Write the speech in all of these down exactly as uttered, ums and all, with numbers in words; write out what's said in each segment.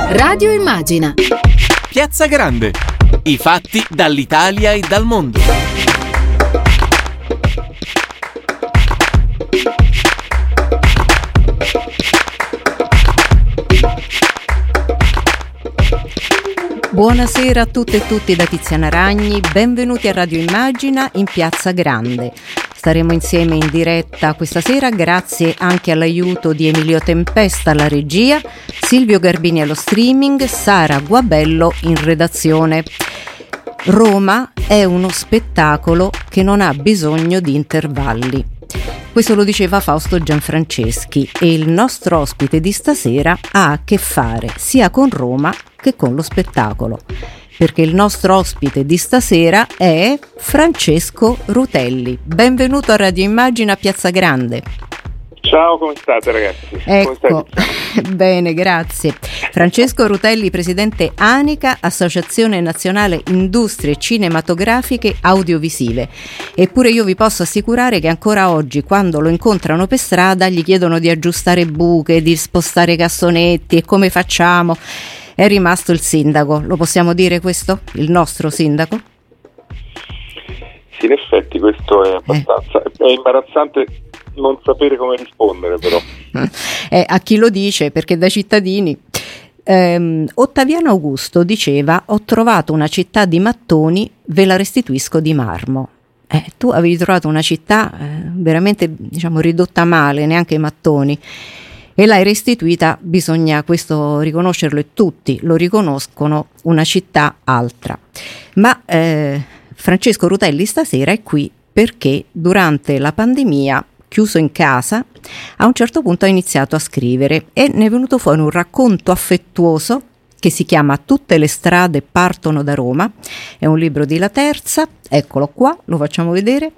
Radio Immagina. Piazza Grande. I fatti dall'Italia e dal mondo. Buonasera a tutte e tutti da Tiziana Ragni, benvenuti a Radio Immagina in Piazza Grande. Staremo insieme in diretta questa sera grazie anche all'aiuto di Emilio Tempesta alla regia, Silvio Garbini allo streaming, Sara Guabello in redazione. Roma è uno spettacolo che non ha bisogno di intervalli. Questo lo diceva Fausto Gianfranceschi e il nostro ospite di stasera ha a che fare sia con Roma che con lo spettacolo, perché il nostro ospite di stasera è Francesco Rutelli. Benvenuto a Radio Immagina Piazza Grande. Ciao, come state ragazzi? Ecco, come stai? Bene, grazie. Francesco Rutelli, presidente ANICA, Associazione Nazionale Industrie Cinematografiche Audiovisive. Eppure io vi posso assicurare che ancora oggi, quando lo incontrano per strada, gli chiedono di aggiustare buche, di spostare cassonetti e come facciamo. È rimasto il sindaco, lo possiamo dire questo? Il nostro sindaco? Sì, in effetti questo è abbastanza, eh. è imbarazzante non sapere come rispondere però. Eh, a chi lo dice, perché da cittadini. Ehm, Ottaviano Augusto diceva: ho trovato una città di mattoni, ve la restituisco di marmo. Eh, tu avevi trovato una città eh, veramente, diciamo, ridotta male, neanche i mattoni, e l'hai restituita, bisogna questo riconoscerlo e tutti lo riconoscono, una città altra. Ma eh, Francesco Rutelli stasera è qui perché durante la pandemia, chiuso in casa, a un certo punto ha iniziato a scrivere e ne è venuto fuori un racconto affettuoso che si chiama Tutte le strade partono da Roma. È un libro di La Terza, eccolo qua, lo facciamo vedere.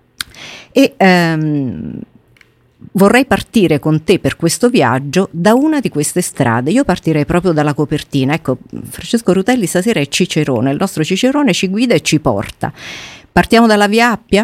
E ehm, vorrei partire con te per questo viaggio da una di queste strade. Io partirei proprio dalla copertina. Ecco, Francesco Rutelli stasera è Cicerone, il nostro Cicerone ci guida e ci porta. Partiamo dalla Via Appia?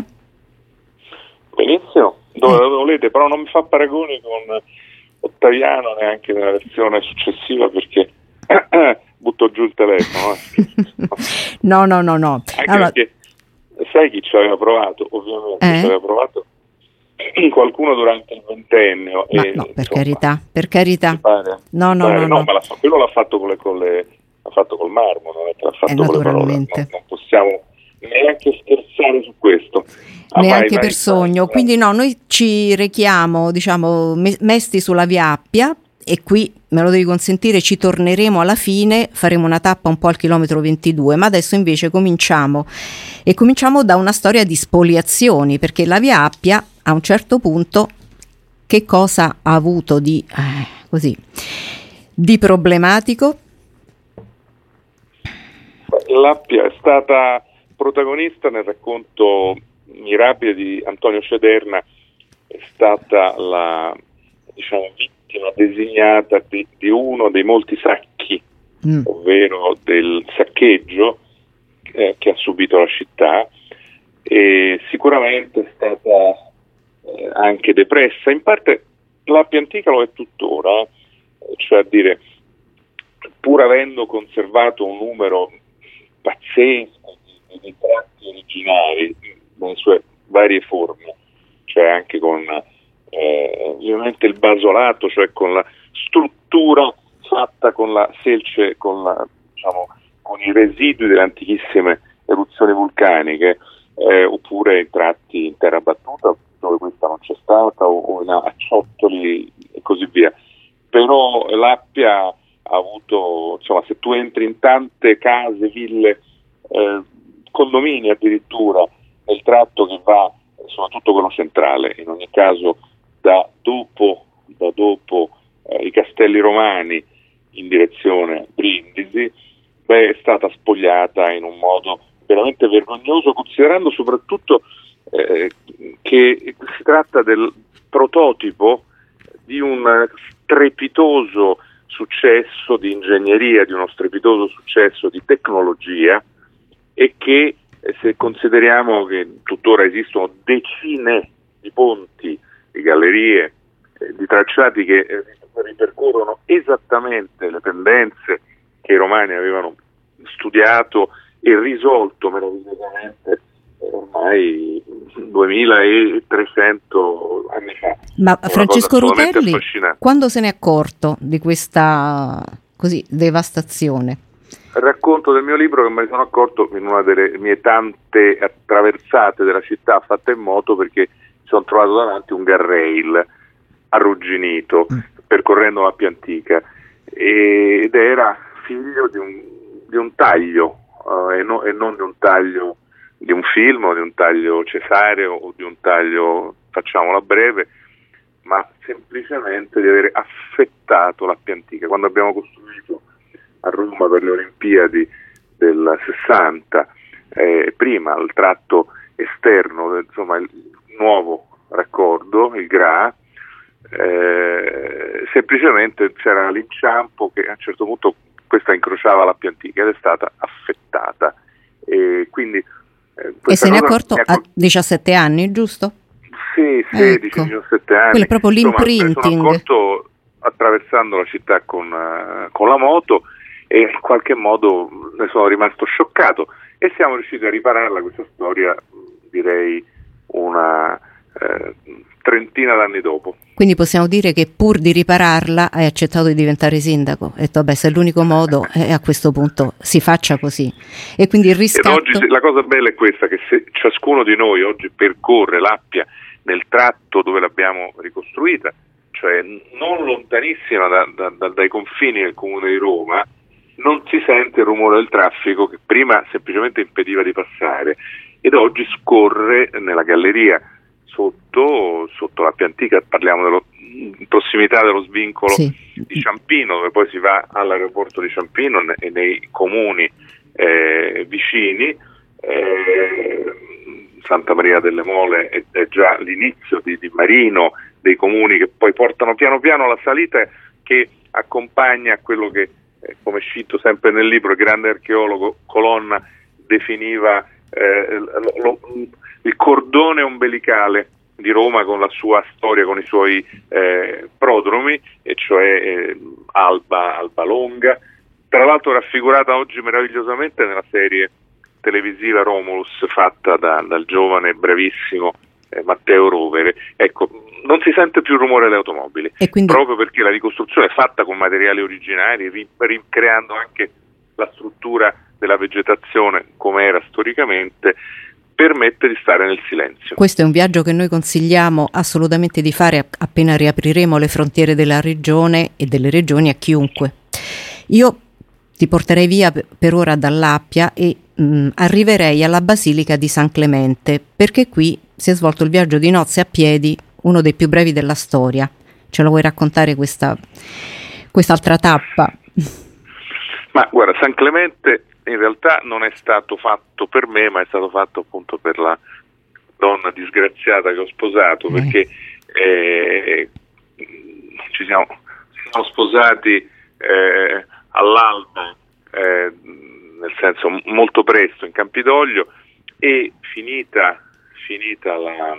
Benissimo, dove eh. volete, però non mi fa paragoni con Ottaviano neanche nella versione successiva perché butto giù il telefono. Eh. no, no, no, no. Anche allora... perché sai chi ci aveva provato? Ovviamente eh? ci aveva provato qualcuno durante il ventennio. Ma e, no, per insomma, carità, per carità. Pare, no, no, pare, no, no, no. Ma la, quello l'ha fatto con le, con le l'ha fatto col marmo, non è che l'ha fatto eh, con le parole. Non, non possiamo neanche scherzare su questo. Ah, neanche vai, per vai, sogno, vai. Quindi no, noi ci rechiamo, diciamo, me- mesti sulla Via Appia e qui, me lo devi consentire, ci torneremo alla fine, faremo una tappa un po' al chilometro ventidue, ma adesso invece cominciamo e cominciamo da una storia di spoliazioni, perché la Via Appia a un certo punto che cosa ha avuto di eh, così di problematico? L'Appia è stata protagonista nel racconto mirabile di Antonio Cederna, è stata la, diciamo, vittima designata di, di uno dei molti sacchi, mm. ovvero del saccheggio eh, che ha subito la città, e sicuramente è stata eh, anche depressa. In parte l'Appia antica lo è tuttora, eh, cioè a dire, pur avendo conservato un numero pazzesco di, di tratti originari nelle sue varie forme, cioè anche con eh, ovviamente il basolato, cioè con la struttura fatta con la selce, con, la, diciamo, con i residui delle antichissime eruzioni vulcaniche, eh, oppure i tratti in terra battuta dove questa non c'è stata, o, o in acciottoli e così via. Però l'Appia ha avuto, insomma, se tu entri in tante case, ville, eh, condomini addirittura, nel tratto che va, soprattutto quello centrale, in ogni caso da dopo, da dopo eh, i castelli romani in direzione Brindisi, beh, è stata spogliata in un modo veramente vergognoso, considerando soprattutto eh, che si tratta del prototipo di un strepitoso successo di ingegneria, di uno strepitoso successo di tecnologia, e che se consideriamo che tuttora esistono decine di ponti, di gallerie, eh, di tracciati che eh, ripercorrono esattamente le pendenze che i romani avevano studiato e risolto meravigliosamente ormai duemilatrecento anni fa. Ma Francesco Rutelli, quando se n'è accorto di questa così devastazione? Racconto del mio libro che me ne sono accorto in una delle mie tante attraversate della città fatte in moto, perché mi sono trovato davanti un guardrail arrugginito mm. percorrendo l'Appia Antica, ed era figlio di un, di un taglio uh, e, no, e non di un taglio di un film o di un taglio cesareo o di un taglio, facciamola breve, ma semplicemente di avere affettato l'Appia Antica. Quando abbiamo costruito a Roma per le Olimpiadi del sessanta, eh, prima il tratto esterno, insomma il nuovo raccordo, il G R A, eh, semplicemente c'era l'inciampo che a un certo punto questa incrociava l'Appia Antica ed è stata affettata, e quindi eh, e se ne è accorto a diciassette anni, giusto? Sì, sedici diciassette anni. Quello è proprio l'imprinting. Insomma, me ne sono accorto attraversando la città con, uh, con la moto, e in qualche modo ne sono rimasto scioccato, e siamo riusciti a ripararla questa storia, direi una eh, trentina d'anni dopo. Quindi possiamo dire che pur di ripararla hai accettato di diventare sindaco. Hai detto vabbè, se è l'unico modo, eh, a questo punto si faccia così. E quindi il riscatto... Ed oggi la cosa bella è questa, che se ciascuno di noi oggi percorre l'Appia nel tratto dove l'abbiamo ricostruita, cioè non lontanissima da, da, da, dai confini del comune di Roma, non si sente il rumore del traffico che prima semplicemente impediva di passare, ed oggi scorre nella galleria sotto, sotto l'Appia Antica. Parliamo dello, in prossimità dello svincolo sì. di Ciampino, dove poi si va all'aeroporto di Ciampino e nei comuni eh, vicini. eh, Santa Maria delle Mole è, è già l'inizio di, di Marino, dei comuni che poi portano piano piano la salita che accompagna quello che, eh, come cito sempre nel libro, il grande archeologo Colonna definiva eh, lo, lo, il cordone ombelicale di Roma, con la sua storia, con i suoi eh, prodromi, e cioè eh, Alba, Alba Longa, tra l'altro raffigurata oggi meravigliosamente nella serie televisiva Romulus, fatta da, dal giovane e bravissimo eh, Matteo Rovere. Ecco, non si sente più il rumore delle automobili, e quindi... proprio perché la ricostruzione è fatta con materiali originari, ri- ricreando anche la struttura della vegetazione come era storicamente, permette di stare nel silenzio. Questo è un viaggio che noi consigliamo assolutamente di fare appena riapriremo le frontiere della regione e delle regioni a chiunque. Io ti porterei via per ora dall'Appia e mh, arriverei alla Basilica di San Clemente, perché qui si è svolto il viaggio di nozze a piedi, uno dei più brevi della storia. Ce la vuoi raccontare questa quest'altra tappa? Ma guarda, San Clemente in realtà non è stato fatto per me, ma è stato fatto appunto per la donna disgraziata che ho sposato, eh. perché eh, ci siamo, siamo sposati eh, all'alba, eh, nel senso molto presto, in Campidoglio, e finita, finita la,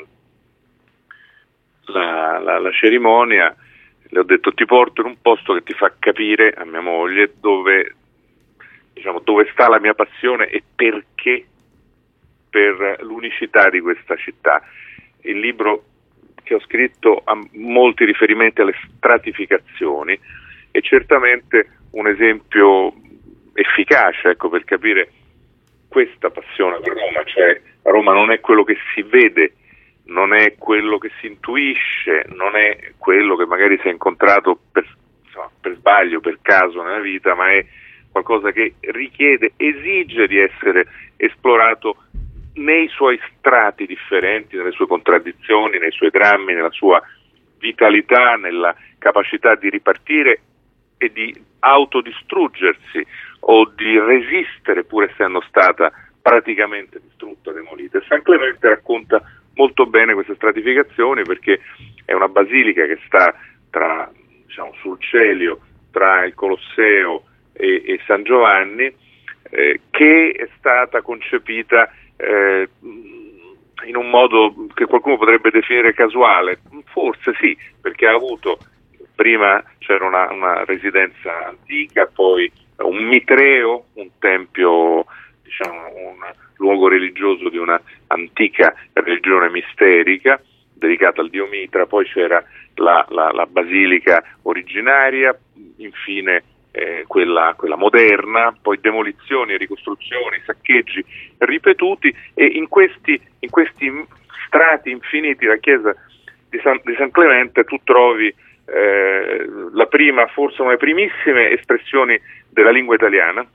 la, la, la cerimonia le ho detto: ti porto in un posto che ti fa capire, a mia moglie, dove, diciamo, dove sta la mia passione e perché, per l'unicità di questa città. Il libro che ho scritto ha molti riferimenti alle stratificazioni, e certamente un esempio efficace, ecco, per capire questa passione per Roma. Cioè, Roma non è quello che si vede, non è quello che si intuisce, non è quello che magari si è incontrato per, insomma, per sbaglio, per caso nella vita, ma è qualcosa che richiede, esige di essere esplorato nei suoi strati differenti, nelle sue contraddizioni, nei suoi drammi, nella sua vitalità, nella capacità di ripartire e di autodistruggersi o di resistere, pur essendo stata praticamente distrutta, demolita. San Clemente racconta molto bene queste stratificazioni, perché è una basilica che sta tra, diciamo, sul Celio, tra il Colosseo e, e San Giovanni, eh, che è stata concepita eh, in un modo che qualcuno potrebbe definire casuale. Forse sì, perché ha avuto prima c'era una, una residenza antica, poi un mitreo, un tempio, diciamo un luogo religioso di una antica religione misterica dedicata al dio Mitra, poi c'era la, la, la basilica originaria, infine eh, quella, quella moderna, poi demolizioni, ricostruzioni, saccheggi ripetuti, e in questi, in questi strati infiniti la chiesa di San, di San Clemente tu trovi eh, la prima, forse una delle primissime espressioni della lingua italiana,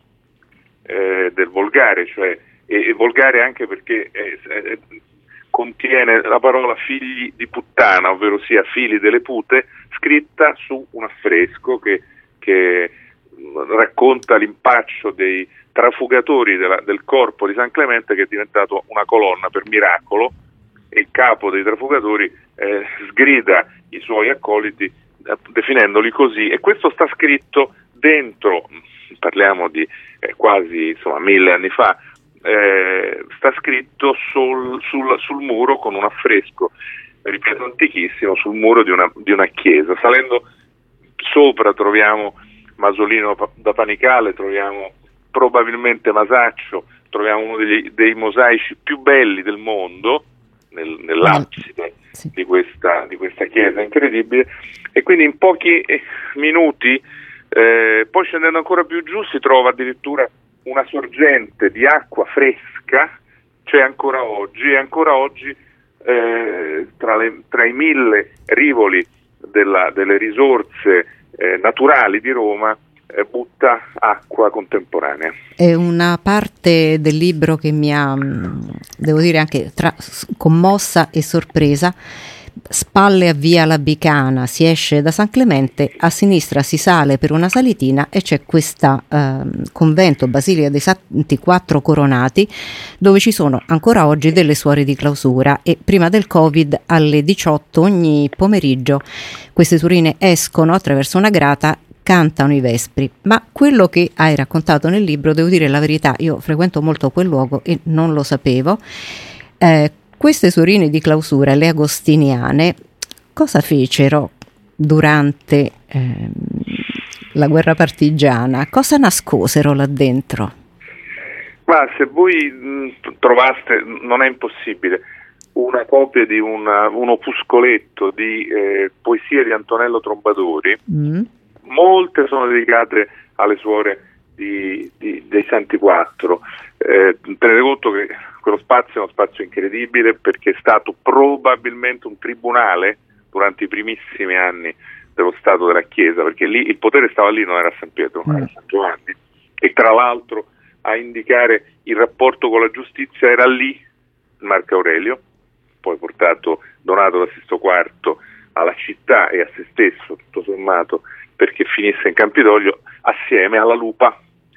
eh, del volgare, cioè e, e volgare anche perché eh, eh, contiene la parola figli di puttana, ovvero sia figli delle pute, scritta su un affresco che, che racconta l'impaccio dei trafugatori della, del corpo di San Clemente, che è diventato una colonna per miracolo, e il capo dei trafugatori eh, sgrida i suoi accoliti eh, definendoli così, e questo sta scritto dentro, parliamo di eh, quasi insomma mille anni fa, Eh, sta scritto sul, sul, sul muro con un affresco, ripeto, antichissimo, sul muro di una, di una chiesa. Salendo sopra troviamo Masolino da Panicale, troviamo probabilmente Masaccio, troviamo uno degli, dei mosaici più belli del mondo nel, nell'abside sì. di, questa, di questa chiesa incredibile, e quindi in pochi minuti eh, poi scendendo ancora più giù si trova addirittura una sorgente di acqua fresca, c'è ancora oggi, e ancora oggi eh, tra, le, tra i mille rivoli della, delle risorse eh, naturali di Roma eh, butta acqua contemporanea. È una parte del libro che mi ha, devo dire, anche tra, commossa e sorpresa. Spalle a via Labicana, si esce da San Clemente, a sinistra si sale per una salitina e c'è questo eh, convento Basilica dei Santi Quattro Coronati, dove ci sono ancora oggi delle suore di clausura, e prima del Covid alle diciotto ogni pomeriggio queste suorine escono attraverso una grata, cantano i vespri. Ma quello che hai raccontato nel libro, devo dire la verità, io frequento molto quel luogo e non lo sapevo. eh, Queste suorine di clausura, le agostiniane, cosa fecero durante eh, la guerra partigiana? Cosa nascosero là dentro? Ma se voi mh, trovaste, non è impossibile, una copia di una, un opuscoletto di eh, poesie di Antonello Trombadori, mm. molte sono dedicate alle suore di, di, dei Santi Quattro. Eh, tenete conto che quello spazio è uno spazio incredibile, perché è stato probabilmente un tribunale durante i primissimi anni dello Stato della Chiesa, perché lì il potere stava lì, non era a San Pietro, non era a San Giovanni, e tra l'altro a indicare il rapporto con la giustizia era lì Marco Aurelio, poi portato, donato da Sisto quarto alla città e a se stesso, tutto sommato, perché finisse in Campidoglio assieme alla Lupa.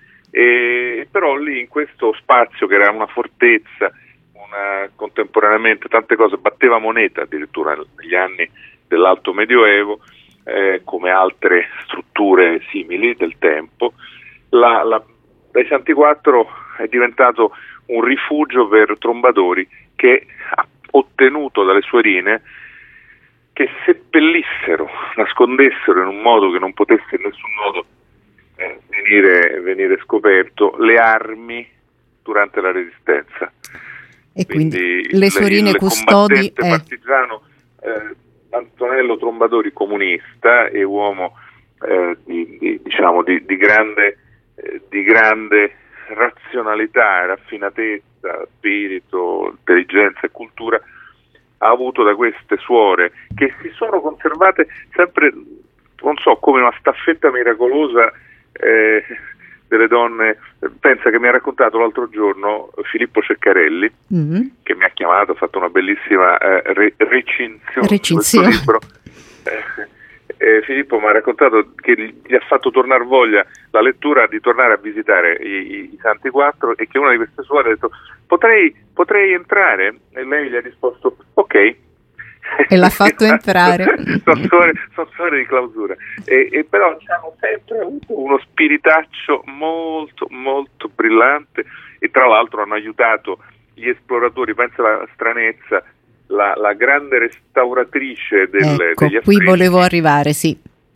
E però lì in questo spazio, che era una fortezza, una, contemporaneamente tante cose, batteva moneta addirittura negli anni dell'Alto Medioevo, eh, come altre strutture simili del tempo, la, la, dai Santi Quattro è diventato un rifugio per trombadori che ha ottenuto dalle suorine che seppellissero, nascondessero in un modo che non potesse in nessun modo Eh, venire, venire scoperto le armi durante la Resistenza. E quindi, quindi le suorine il, il custodi combattente è... partigiano eh, Antonello Trombadori, comunista e uomo eh, di, di, diciamo di, di grande eh, di grande razionalità, raffinatezza, spirito, intelligenza e cultura, ha avuto da queste suore, che si sono conservate sempre, non so, come una staffetta miracolosa Eh, delle donne. Pensa che mi ha raccontato l'altro giorno Filippo Ceccarelli, mm-hmm. che mi ha chiamato, ha fatto una bellissima eh, re- recinzione di questo libro. Eh, eh, Filippo mi ha raccontato che gli ha fatto tornare voglia la lettura di tornare a visitare i, i, i Santi Quattro, e che una di queste suore ha detto potrei, potrei entrare, e lei gli ha risposto ok. E l'ha fatto entrare. sono, suore, sono suore di clausura, e, e però hanno sempre avuto uno spiritaccio molto molto brillante, e tra l'altro hanno aiutato gli esploratori. Pensa alla stranezza, la, la grande restauratrice del, ecco, degli affreschi. Qui volevo arrivare, sì.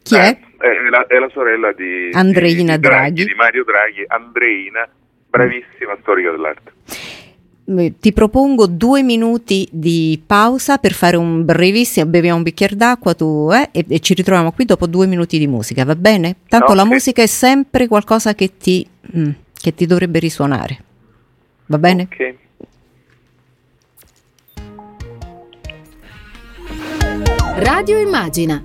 Chi è? Eh, è, la, è la sorella di Andreina di, di Draghi, Draghi. di Mario Draghi, Andreina, bravissima storica dell'arte. Ti propongo due minuti di pausa per fare un brevissimo, beviamo un bicchiere d'acqua tu eh, e, e ci ritroviamo qui dopo due minuti di musica, va bene? Tanto Okay. La musica è sempre qualcosa che ti, mm, che ti dovrebbe risuonare, va bene? Ok. Radio Immagina.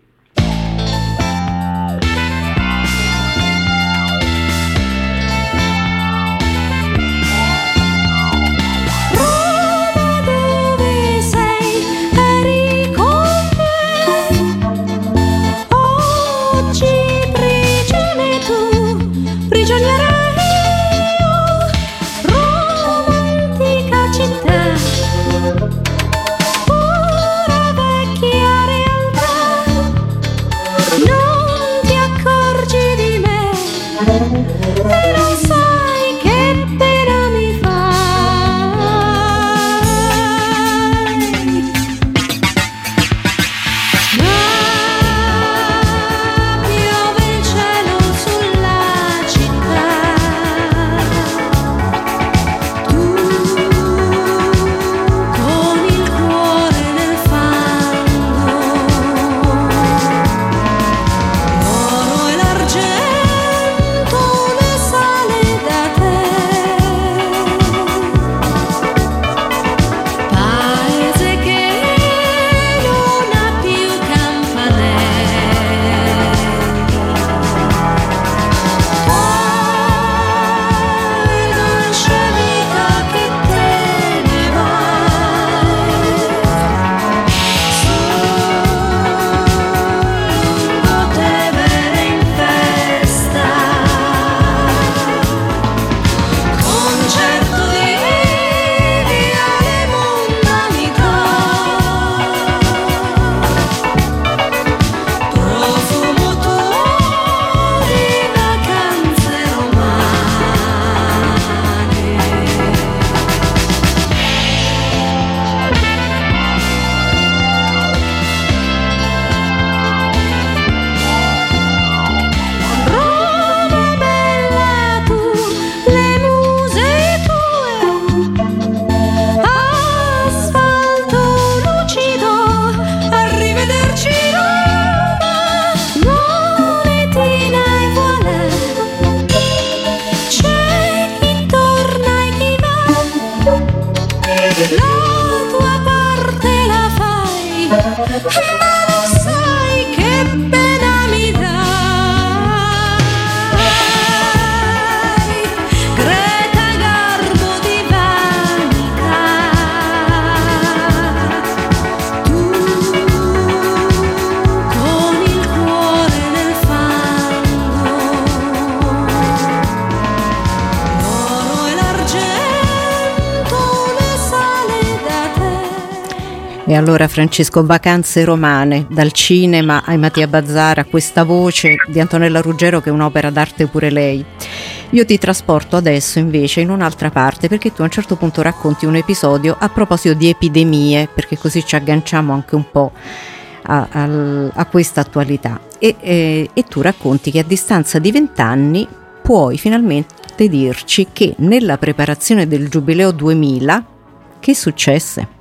E allora Francesco, Vacanze romane, dal cinema ai Mattia Bazzara, questa voce di Antonella Ruggero che è un'opera d'arte pure lei. Io ti trasporto adesso invece in un'altra parte, perché tu a un certo punto racconti un episodio a proposito di epidemie, perché così ci agganciamo anche un po' a, a, a questa attualità e, e, e tu racconti che a distanza di vent'anni puoi finalmente dirci che nella preparazione del Giubileo duemila che successe?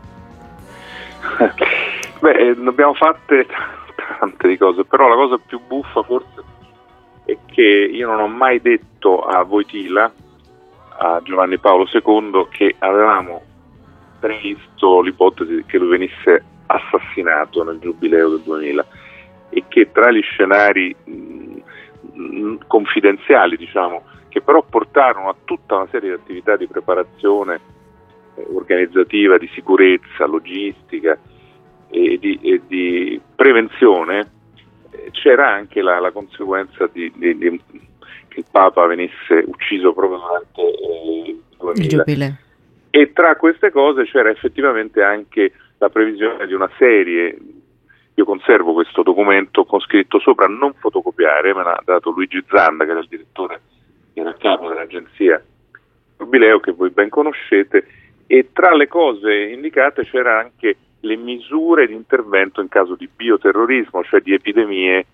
Beh, ne abbiamo fatte tante di cose, però la cosa più buffa forse è che io non ho mai detto a Wojtyla, a Giovanni Paolo secondo, che avevamo previsto l'ipotesi che lui venisse assassinato nel Giubileo del duemila e che tra gli scenari mh, confidenziali, diciamo, che però portarono a tutta una serie di attività di preparazione eh, organizzativa, di sicurezza, logistica e di, e di prevenzione, eh, c'era anche la, la conseguenza di, di, di che il Papa venisse ucciso proprio durante eh, il duemila. Il Giubileo. E tra queste cose c'era effettivamente anche la previsione di una serie. Io conservo questo documento con scritto sopra non fotocopiare, me l'ha dato Luigi Zanda, che era il direttore, era a capo dell'agenzia Giubileo, che voi ben conoscete, e tra le cose indicate c'era anche le misure di intervento in caso di bioterrorismo, cioè di epidemie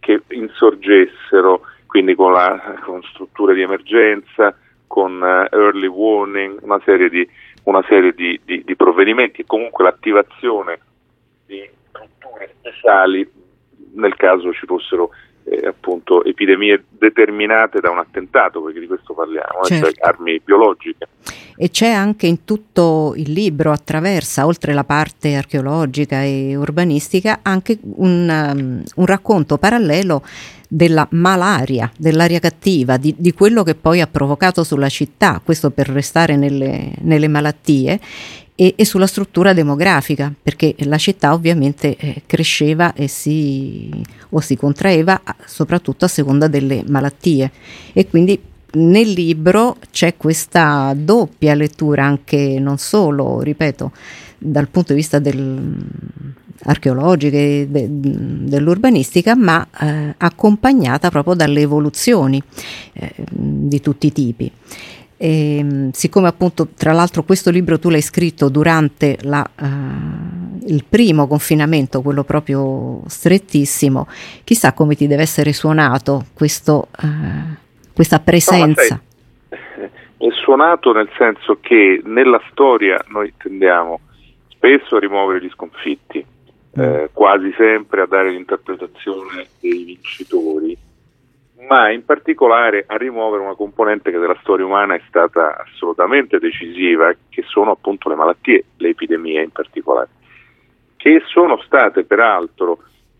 che insorgessero, quindi con, la, con strutture di emergenza, con uh, early warning, una serie di, una serie di, di, di provvedimenti, e comunque l'attivazione di strutture speciali nel caso ci fossero eh, appunto epidemie determinate da un attentato, perché di questo parliamo, certo. Cioè armi biologiche. E c'è anche in tutto il libro, attraversa, oltre la parte archeologica e urbanistica, anche un, um, un racconto parallelo della malaria, dell'aria cattiva, di, di quello che poi ha provocato sulla città, questo per restare nelle, nelle malattie, e, e sulla struttura demografica, perché la città ovviamente eh, cresceva e si, o si contraeva soprattutto a seconda delle malattie, e quindi nel libro c'è questa doppia lettura, anche non solo, ripeto, dal punto di vista del archeologica e de, dell'urbanistica, ma eh, accompagnata proprio dalle evoluzioni eh, di tutti i tipi. E, siccome appunto tra l'altro questo libro tu l'hai scritto durante la, uh, il primo confinamento, quello proprio strettissimo, chissà come ti deve essere suonato questo, uh, questa presenza. No, sai, è suonato nel senso che nella storia noi tendiamo spesso a rimuovere gli sconfitti, mm. eh, quasi sempre a dare l'interpretazione dei vincitori, ma in particolare a rimuovere una componente che della storia umana è stata assolutamente decisiva, che sono appunto le malattie, le epidemie in particolare, che sono state peraltro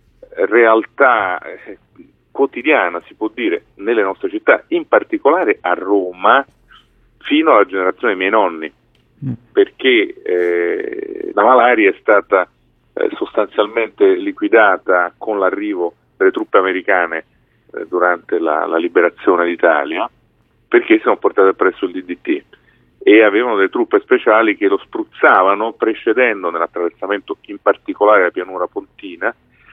realtà eh, quotidiana, si può dire, nelle nostre città, in particolare a Roma, fino alla generazione dei miei nonni, mm. perché eh, la malaria è stata eh, sostanzialmente liquidata con l'arrivo delle truppe americane durante la, la liberazione d'Italia, perché si sono portate presso il D D T e avevano delle truppe speciali che lo spruzzavano precedendo nell'attraversamento in particolare la pianura pontina,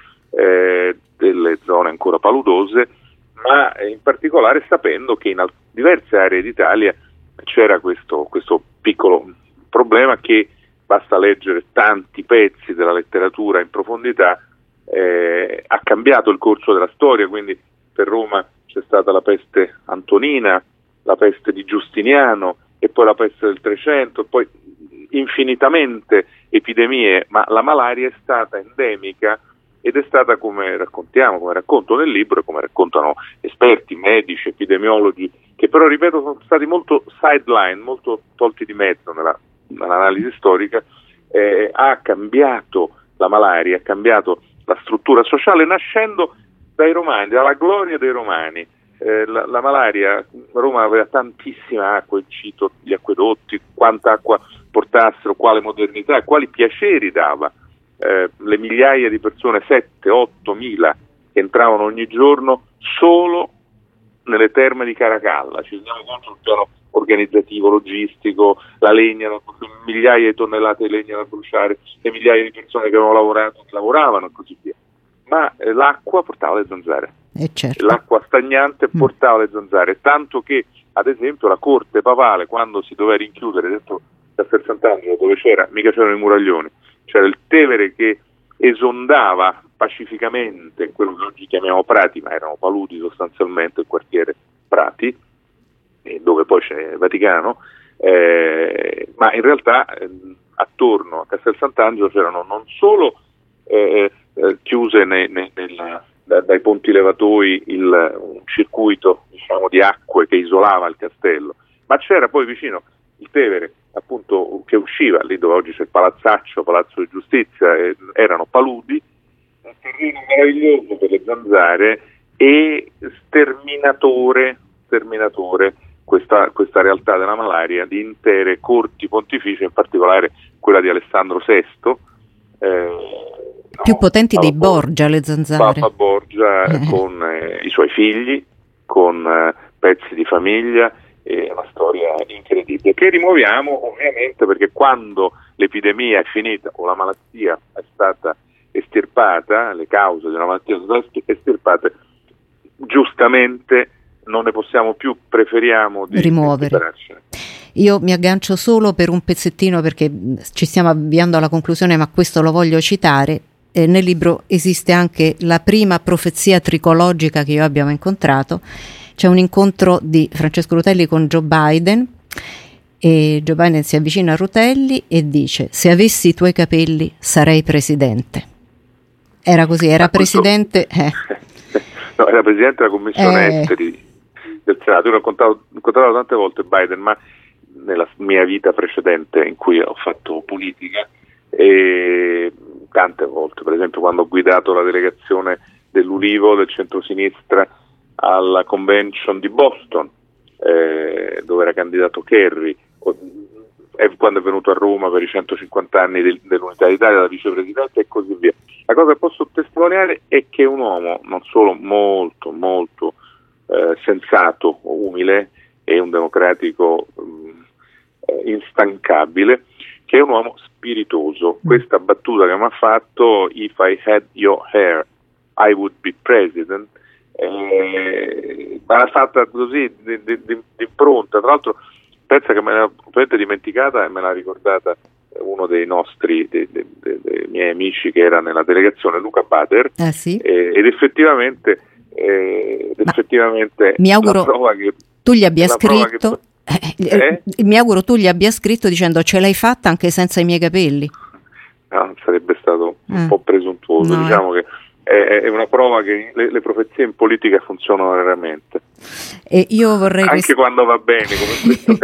eh, delle zone ancora paludose, ma in particolare sapendo che in al- diverse aree d'Italia c'era questo, questo piccolo problema che basta leggere tanti pezzi della letteratura in profondità, eh, ha cambiato il corso della storia. Quindi per Roma c'è stata la peste antonina, la peste di Giustiniano e poi la peste del Trecento, e poi infinitamente epidemie, ma la malaria è stata endemica ed è stata, come raccontiamo, come racconto nel libro e come raccontano esperti, medici, epidemiologi, che però, ripeto, sono stati molto sideline, molto tolti di mezzo nella, nell'analisi storica, eh, ha cambiato la malaria, ha cambiato la struttura sociale, nascendo dai romani, dalla gloria dei romani. Eh, la, la malaria, Roma aveva tantissima acqua, il cito gli acquedotti, quanta acqua portassero, quale modernità, quali piaceri dava. Eh, le migliaia di persone, sette otto mila, che entravano ogni giorno solo nelle terme di Caracalla. Ci rendiamo conto del piano organizzativo, logistico, la legna, migliaia di tonnellate di legna da bruciare, le migliaia di persone che avevano lavorato, che lavoravano e così via. Ma eh, l'acqua portava le zanzare, eh certo. l'acqua stagnante mm. portava le zanzare, tanto che ad esempio la corte papale, quando si doveva rinchiudere dentro Castel Sant'Angelo, dove c'era, mica c'erano i muraglioni, c'era il Tevere che esondava pacificamente quello che oggi chiamiamo prati, ma erano paludi sostanzialmente, il quartiere Prati, e dove poi c'è il Vaticano, eh, ma in realtà eh, attorno a Castel Sant'Angelo c'erano non solo eh, eh, chiuse nei, nei, nella, da, dai ponti levatoi il, un circuito, diciamo, di acque che isolava il castello, ma c'era poi vicino il Tevere, appunto, che usciva lì dove oggi c'è il palazzaccio, Palazzo di Giustizia, eh, erano paludi, un terreno meraviglioso per le zanzare e sterminatore, sterminatore questa, questa realtà della malaria di intere corti pontificie, in particolare quella di Alessandro sesto, eh, più no, potenti Papa dei Borgia, le zanzare. Papa Borgia eh. con eh, i suoi figli, con eh, pezzi di famiglia. È una storia incredibile che rimuoviamo ovviamente, perché quando l'epidemia è finita o la malattia è stata estirpata, le cause di una malattia sono state estirpate, giustamente non ne possiamo più, preferiamo di rimuovere. Io mi aggancio solo per un pezzettino, perché ci stiamo avviando alla conclusione, ma questo lo voglio citare. eh, nel libro esiste anche la prima profezia tricologica che io abbia mai incontrato. C'è un incontro di Francesco Rutelli con Joe Biden e Joe Biden si avvicina a Rutelli e dice: se avessi i tuoi capelli sarei presidente. Era così, era presidente eh. no, era presidente della commissione Eh. esteri del Senato. Io l'ho incontrato, incontrato tante volte Biden, ma nella mia vita precedente in cui ho fatto politica, e tante volte, per esempio quando ho guidato la delegazione dell'Ulivo, del centrosinistra, alla convention di Boston, eh, dove era candidato Kerry, o, e quando è venuto a Roma per i centocinquanta anni del, dell'Unità d'Italia da vicepresidente e così via. La cosa che posso testimoniare è che è un uomo non solo molto molto eh, sensato, umile, e un democratico mh, instancabile, che è un uomo spiritoso. Questa battuta che mi ha fatto, "If I had your hair I would be president", Eh, ma l'ha fatta così di, di, di, di pronta. Tra l'altro pensa che me l'ha completamente dimenticata e me l'ha ricordata uno dei nostri dei, dei, dei, dei miei amici che era nella delegazione, Luca Bader, Ah, sì? eh, ed effettivamente eh, ed effettivamente mi auguro la prova che, tu gli abbia la prova scritto che, eh, eh? mi auguro tu gli abbia scritto dicendo: ce l'hai fatta anche senza i miei capelli. No, sarebbe stato un Mm. po' presuntuoso. No, Diciamo che è, è una prova che le, le profezie in politica funzionano raramente, E io vorrei anche rest- quando va bene, come in questo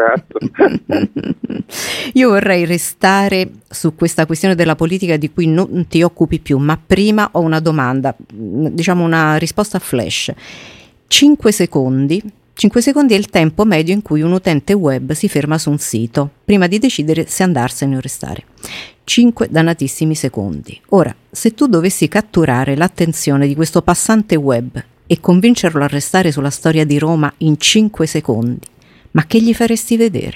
caso. Io vorrei restare su questa questione della politica di cui non ti occupi più, ma prima ho una domanda, diciamo una risposta flash. Cinque secondi. cinque secondi è il tempo medio in cui un utente web si ferma su un sito prima di decidere se andarsene o restare. cinque dannatissimi secondi. Ora, se tu dovessi catturare l'attenzione di questo passante web e convincerlo a restare sulla storia di Roma in cinque secondi, ma che gli faresti vedere?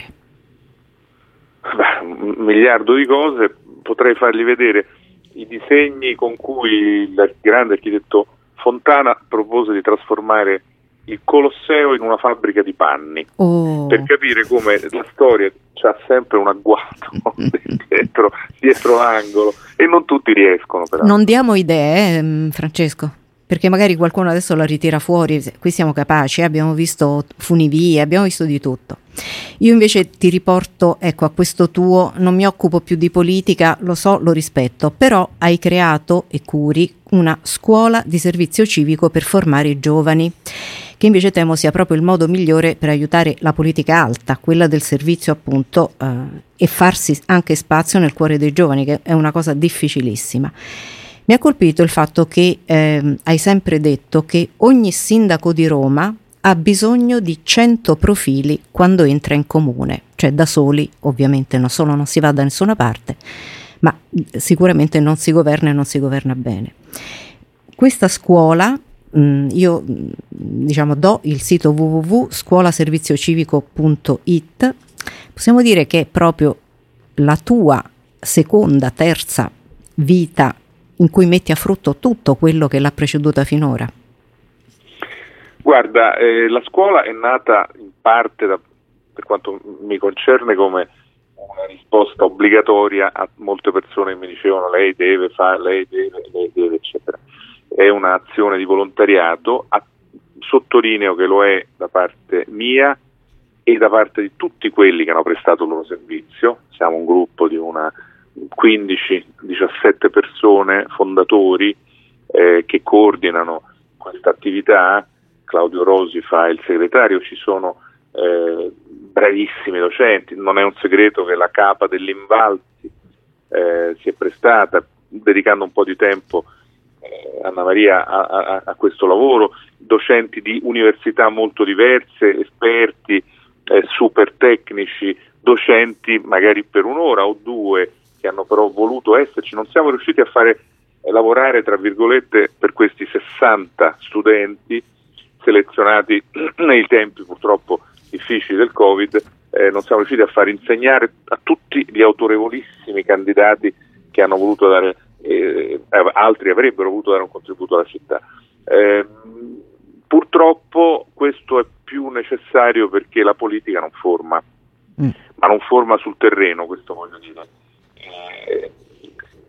Beh, un miliardo di cose. Potrei fargli vedere i disegni con cui il grande architetto Fontana propose di trasformare il Colosseo in una fabbrica di panni, Oh. per capire come la storia c'ha sempre un agguato dietro, dietro l'angolo, e non tutti riescono però. Non diamo idee, eh, Francesco, perché magari qualcuno adesso la ritira fuori. Qui siamo capaci, eh, abbiamo visto funivie, abbiamo visto di tutto. Io invece ti riporto, ecco, a questo tuo: non mi occupo più di politica, lo so, lo rispetto, però hai creato e curi una scuola di servizio civico per formare i giovani, che invece temo sia proprio il modo migliore per aiutare la politica alta, quella del servizio appunto, eh, e farsi anche spazio nel cuore dei giovani, che è una cosa difficilissima. Mi ha colpito il fatto che eh, hai sempre detto che ogni sindaco di Roma ha bisogno di cento profili quando entra in comune, cioè da soli ovviamente non solo non si va da nessuna parte, ma sicuramente non si governa e non si governa bene. Questa scuola, mh, io mh, diciamo do il sito w w w punto scuolaserviziocivico punto i t, possiamo dire che è proprio la tua seconda, terza vita in cui metti a frutto tutto quello che l'ha preceduta finora. Guarda, eh, la scuola è nata in parte, da, per quanto mi concerne, come una risposta obbligatoria a molte persone che mi dicevano: lei deve fare, lei deve, lei deve, eccetera. È un'azione di volontariato, a, sottolineo che lo è da parte mia e da parte di tutti quelli che hanno prestato il loro servizio. Siamo un gruppo di una quindici diciassette persone, fondatori, eh, che coordinano questa attività. Claudio Rosi fa il segretario, ci sono eh, bravissimi docenti. Non è un segreto che la capa dell'Invalsi eh, si è prestata, dedicando un po' di tempo, eh, Anna Maria, a, a, a questo lavoro. Docenti di università molto diverse, esperti, eh, super tecnici, docenti magari per un'ora o due, che hanno però voluto esserci. Non siamo riusciti a fare eh, lavorare, tra virgolette, per questi sessanta studenti selezionati nei tempi purtroppo difficili del Covid, eh, non siamo riusciti a far insegnare a tutti gli autorevolissimi candidati che hanno voluto dare, eh, altri avrebbero voluto dare un contributo alla città. Eh, purtroppo questo è più necessario perché la politica non forma, mm. ma non forma sul terreno, questo voglio dire. Eh,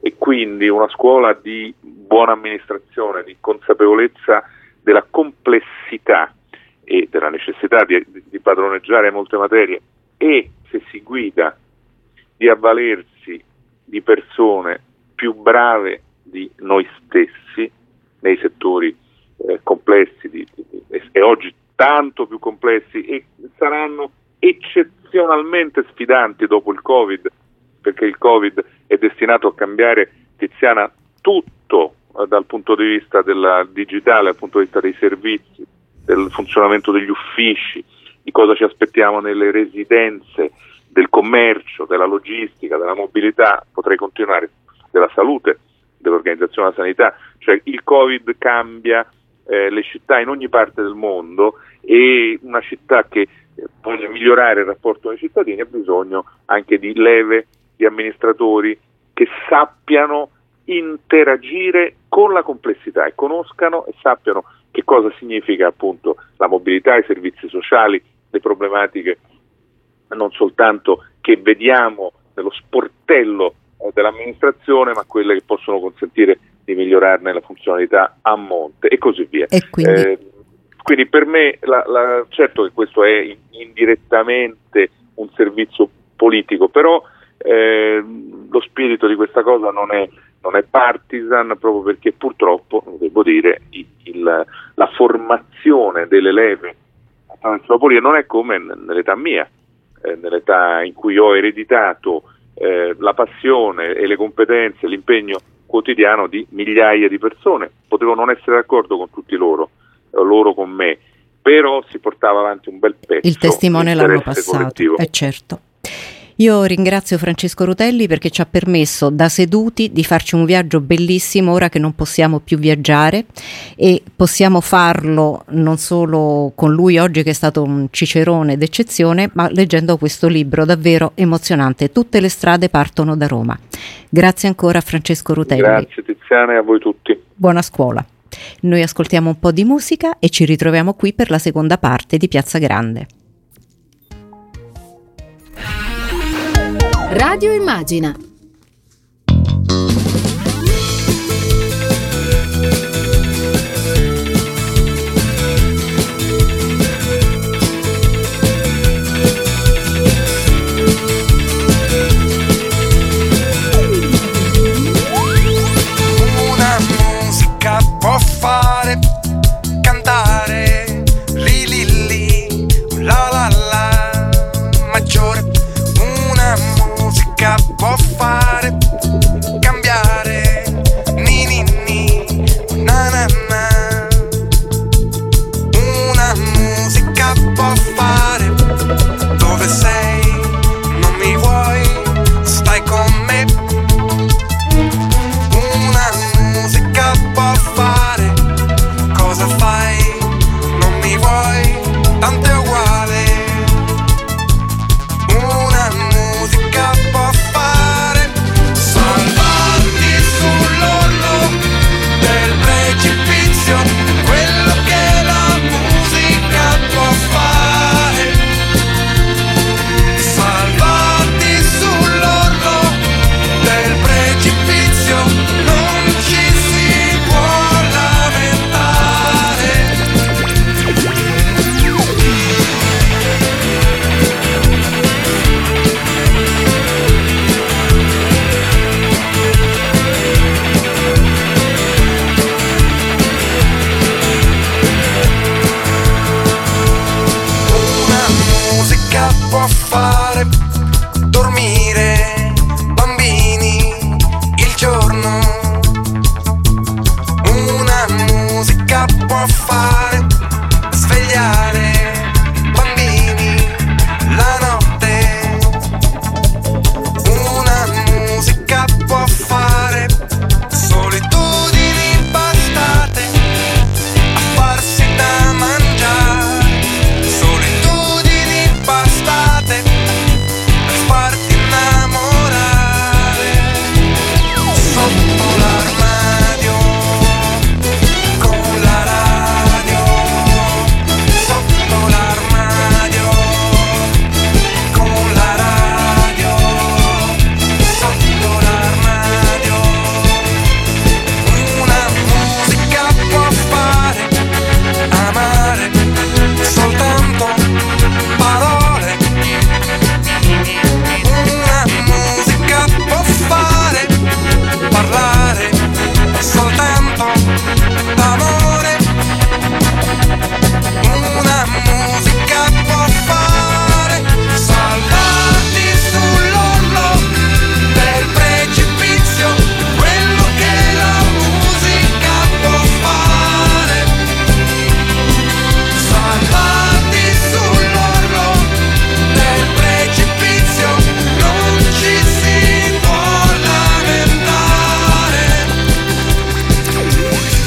e quindi una scuola di buona amministrazione, di consapevolezza della complessità e della necessità di, di padroneggiare molte materie, e se si guida di avvalersi di persone più brave di noi stessi nei settori eh, complessi di, di, e oggi tanto più complessi, e saranno eccezionalmente sfidanti dopo il Covid, perché il Covid è destinato a cambiare, Tiziana, tutto eh, dal punto di vista del digitale, dal punto di vista dei servizi, del funzionamento degli uffici, di cosa ci aspettiamo nelle residenze, del commercio, della logistica, della mobilità, potrei continuare, della salute, dell'organizzazione della sanità. Cioè il Covid cambia eh, le città in ogni parte del mondo, e una città che eh, voglia migliorare il rapporto con i cittadini ha bisogno anche di leve, di amministratori che sappiano interagire con la complessità e conoscano e sappiano che cosa significa appunto la mobilità, i servizi sociali, le problematiche non soltanto che vediamo nello sportello eh, dell'amministrazione, ma quelle che possono consentire di migliorarne la funzionalità a monte e così via. E quindi? Eh, quindi per me, la, la, certo che questo è indirettamente un servizio politico, però eh, lo spirito di questa cosa non è non è partisan, proprio perché purtroppo, devo dire, il, il, la formazione delle leve attraverso la politica non è come nell'età mia, eh, nell'età in cui ho ereditato eh, la passione e le competenze, l'impegno quotidiano di migliaia di persone. Potevo non essere d'accordo con tutti loro, eh, loro con me, però si portava avanti un bel pezzo. Il testimone l'hanno passato, collettivo. è certo. Io ringrazio Francesco Rutelli perché ci ha permesso da seduti di farci un viaggio bellissimo ora che non possiamo più viaggiare, e possiamo farlo non solo con lui oggi, che è stato un cicerone d'eccezione, ma leggendo questo libro davvero emozionante. Tutte le strade partono da Roma. Grazie ancora a Francesco Rutelli. Grazie Tiziana e a voi tutti. Buona scuola. Noi ascoltiamo un po' di musica e ci ritroviamo qui per la seconda parte di Piazza Grande. Radio Immagina. Una musica può fare cantare li li li la la la maggiore. Una musica può fare cambiare ni ni ni na na na. Una musica può fare dove sei, non mi vuoi, stai con me. Una musica può fare cosa fai, non mi vuoi, tanto è uguale. Una musica può fare salvarti sull'orlo del precipizio, quello che la musica può fare. Salvarti sull'orlo del precipizio, non ci si può lamentare. Una musica può fare dormire bambini il giorno. Una musica può fare svegliare bambini la notte. Una musica può fare solitudini bastate a farsi da mangiare. Solitudini bastate per farti innamorare.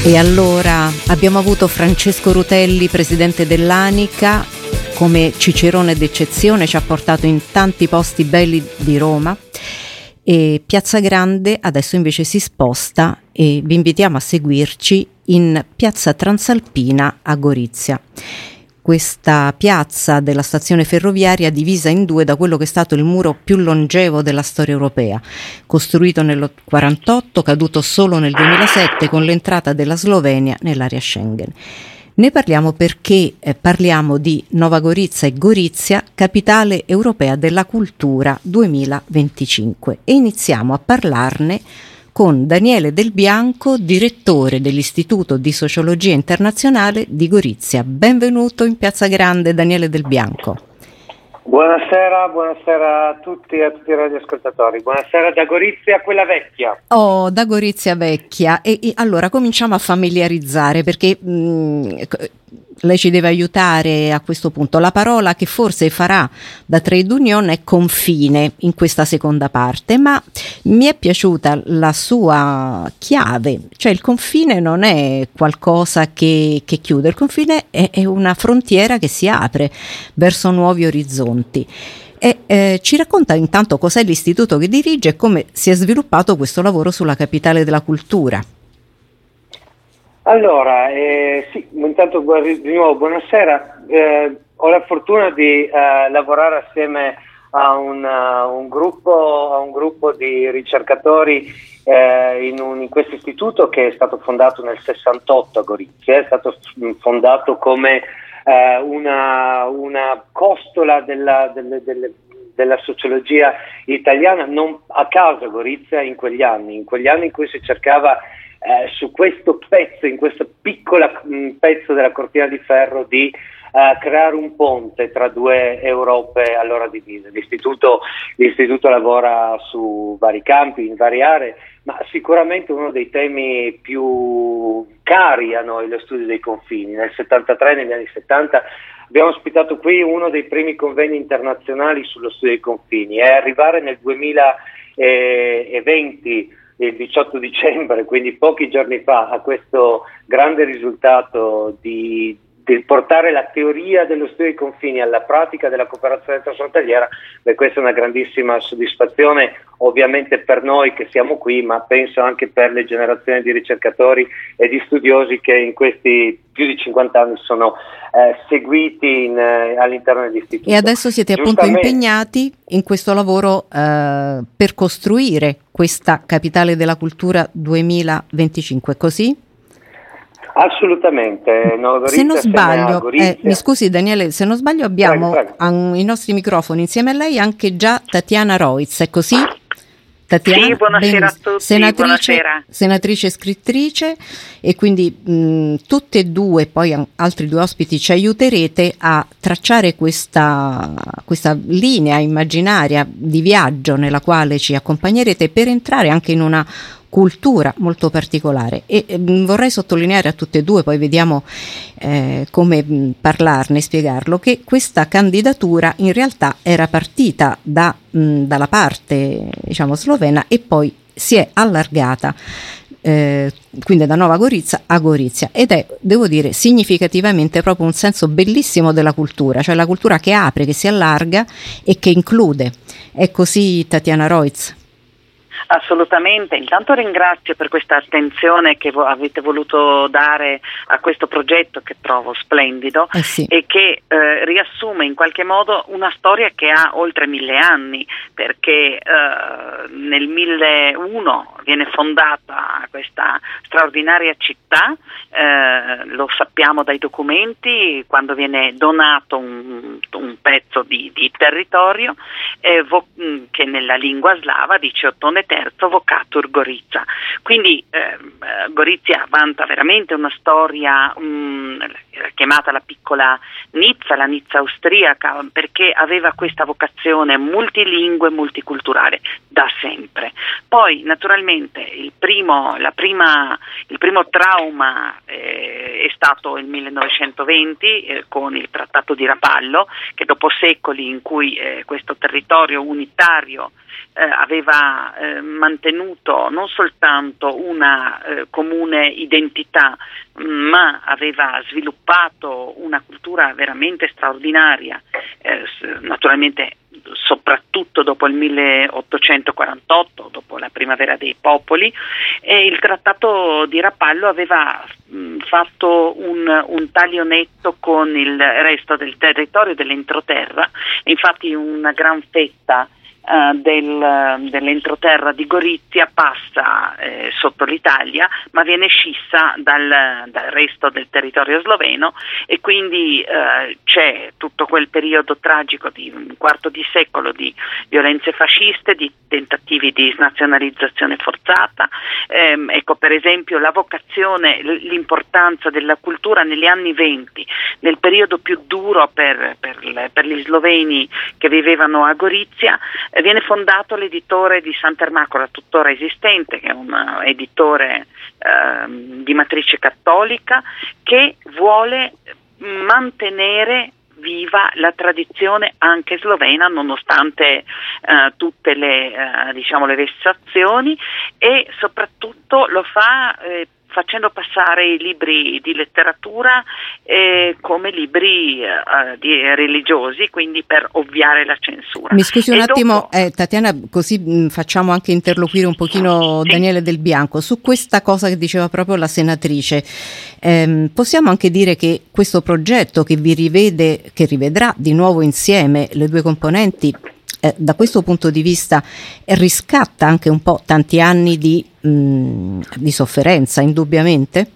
E allora abbiamo avuto Francesco Rutelli, presidente dell'Anica, come cicerone d'eccezione, ci ha portato in tanti posti belli di Roma, e Piazza Grande adesso invece si sposta e vi invitiamo a seguirci in Piazza Transalpina a Gorizia. Questa piazza della stazione ferroviaria divisa in due da quello che è stato il muro più longevo della storia europea, costruito nel quarantotto, caduto solo nel duemilasette con l'entrata della Slovenia nell'area Schengen. Ne parliamo perché eh, parliamo di Nova Gorica e Gorizia, capitale europea della cultura duemilaventicinque, e iniziamo a parlarne con Daniele Del Bianco, direttore dell'Istituto di Sociologia Internazionale di Gorizia. Benvenuto in Piazza Grande, Daniele Del Bianco. Buonasera, buonasera a tutti e a tutti i radioascoltatori. Buonasera da Gorizia, quella vecchia. Oh, da Gorizia vecchia. E, e allora cominciamo a familiarizzare, perché mh, lei ci deve aiutare a questo punto. La parola che forse farà da trade union è confine in questa seconda parte, ma mi è piaciuta la sua chiave, cioè il confine non è qualcosa che, che chiude, il confine è, è una frontiera che si apre verso nuovi orizzonti. E eh, ci racconta intanto cos'è l'istituto che dirige e come si è sviluppato questo lavoro sulla capitale della cultura. Allora, eh, sì, intanto di nuovo buonasera. Eh, ho la fortuna di eh, lavorare assieme a un, uh, un gruppo, a un gruppo di ricercatori eh, in, un, in questo istituto che è stato fondato nel sessantotto a Gorizia. È stato fondato come eh, una, una costola della, delle, delle, della sociologia italiana, non a caso Gorizia in quegli anni, in quegli anni in cui si cercava Eh, su questo pezzo, in questo piccolo mh, pezzo della cortina di ferro, di uh, creare un ponte tra due Europe allora divise. L'istituto, l'istituto lavora su vari campi, in varie aree, ma sicuramente uno dei temi più cari a noi è lo studio dei confini. Nel settantatré, negli anni settanta, abbiamo ospitato qui uno dei primi convegni internazionali sullo studio dei confini, e arrivare nel duemilaventi, il diciotto dicembre, quindi pochi giorni fa, a questo grande risultato di, di portare la teoria dello studio dei confini alla pratica della cooperazione transfrontaliera, beh, questa è una grandissima soddisfazione, ovviamente per noi che siamo qui, ma penso anche per le generazioni di ricercatori e di studiosi che in questi più di cinquanta anni sono eh, seguiti in, eh, all'interno dell'istituto. E adesso siete appunto impegnati in questo lavoro eh, per costruire questa capitale della cultura duemilaventicinque, così? Assolutamente. No, se non sbaglio, eh, mi scusi Daniele, se non sbaglio abbiamo prego, prego. ai nostri microfoni insieme a lei anche già Tatiana Roitz, è così? Tatiana, sì, buonasera a tutti, senatrice, buonasera. senatrice scrittrice, e quindi mh, tutte e due, poi altri due ospiti ci aiuterete a tracciare questa, questa linea immaginaria di viaggio nella quale ci accompagnerete per entrare anche in una cultura molto particolare. E mh, vorrei sottolineare a tutte e due, poi vediamo eh, come mh, parlarne, spiegarlo, che questa candidatura in realtà era partita da, mh, dalla parte diciamo slovena e poi si è allargata eh, quindi da Nova Gorica a Gorizia, ed è, devo dire, significativamente proprio un senso bellissimo della cultura, cioè la cultura che apre, che si allarga e che include. È così, Tatiana Roitz? Assolutamente, intanto ringrazio per questa attenzione che vo- avete voluto dare a questo progetto che trovo splendido eh sì. e che eh, riassume in qualche modo una storia che ha oltre mille anni, perché eh, nel milleuno viene fondata questa straordinaria città, eh, lo sappiamo dai documenti, quando viene donato un, un pezzo di, di territorio eh, vo- che nella lingua slava dice Ottone terzo vocatur Gorica. Quindi eh, Gorizia vanta veramente una storia mh, chiamata la piccola Nizza, la Nizza austriaca, perché aveva questa vocazione multilingue, multiculturale da sempre. Poi naturalmente il primo, la prima, il primo trauma eh, è stato il millenovecentoventi eh, con il Trattato di Rapallo, che dopo secoli in cui eh, questo territorio unitario Eh, aveva ehm, mantenuto non soltanto una eh, comune identità, ma aveva sviluppato una cultura veramente straordinaria, eh, naturalmente soprattutto dopo il milleottocentoquarantotto, dopo la primavera dei popoli, e il trattato di Rapallo aveva mh, fatto un, un taglio netto con il resto del territorio dell'entroterra, infatti una gran fetta Uh, del, dell'entroterra di Gorizia passa eh, sotto l'Italia, ma viene scissa dal, dal resto del territorio sloveno, e quindi uh, c'è tutto quel periodo tragico di un quarto di secolo di violenze fasciste, di tentativi di snazionalizzazione forzata. Ehm, ecco, per esempio, la vocazione, l'importanza della cultura negli anni venti, nel periodo più duro per, per, per gli sloveni che vivevano a Gorizia. Viene fondato l'editore di Sant'Ermacora, tuttora esistente, che è un uh, editore uh, di matrice cattolica, che vuole mantenere viva la tradizione anche slovena, nonostante uh, tutte le, uh, diciamo, le vessazioni, e soprattutto lo fa eh, facendo passare i libri di letteratura eh, come libri eh, di religiosi, quindi per ovviare la censura. Mi scusi un e attimo, dopo... eh, Tatiana, così mh, facciamo anche interloquire un pochino sì. Daniele Del Bianco su questa cosa che diceva proprio la senatrice. Ehm, possiamo anche dire che questo progetto che vi rivede, che rivedrà di nuovo insieme le due componenti, Eh, da questo punto di vista riscatta anche un po' tanti anni di, mh, di sofferenza, indubbiamente?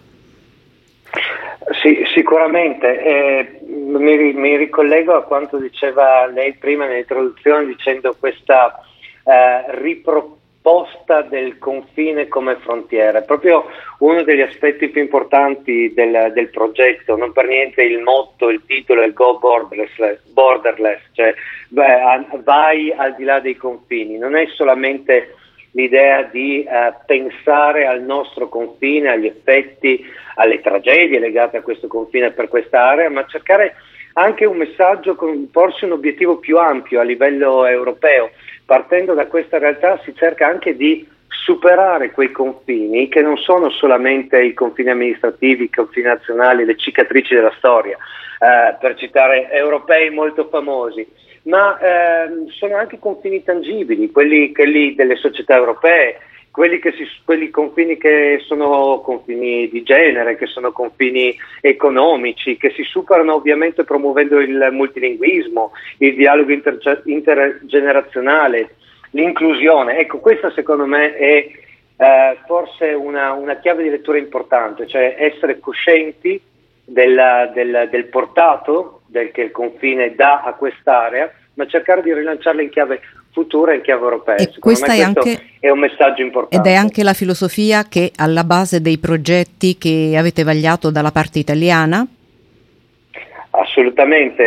Sì, sicuramente. Eh, mi, mi ricollego a quanto diceva lei prima nell'introduzione, dicendo questa eh, riproposta del confine come frontiera. È proprio uno degli aspetti più importanti del, del progetto. Non per niente il motto, il titolo è Go Borderless, borderless, cioè beh, vai al di là dei confini. Non è solamente l'idea di eh, pensare al nostro confine, agli effetti, alle tragedie legate a questo confine per questa area, ma cercare anche un messaggio, con, porsi un obiettivo più ampio a livello europeo. Partendo da questa realtà si cerca anche di superare quei confini che non sono solamente i confini amministrativi, i confini nazionali, le cicatrici della storia, eh, per citare europei molto famosi, ma eh, sono anche confini tangibili, quelli, quelli delle società europee, quelli, che si, quelli confini che sono confini di genere, che sono confini economici, che si superano ovviamente promuovendo il multilinguismo, il dialogo inter- intergenerazionale, l'inclusione. Ecco, questa secondo me è eh, forse una, una chiave di lettura importante, cioè essere coscienti del, del, del portato del che il confine dà a quest'area, ma cercare di rilanciarla in chiave futura, in chiave europea. E Secondo questa me è questo anche, è un messaggio importante. ed è anche la filosofia che è alla base dei progetti che avete vagliato dalla parte italiana? Assolutamente,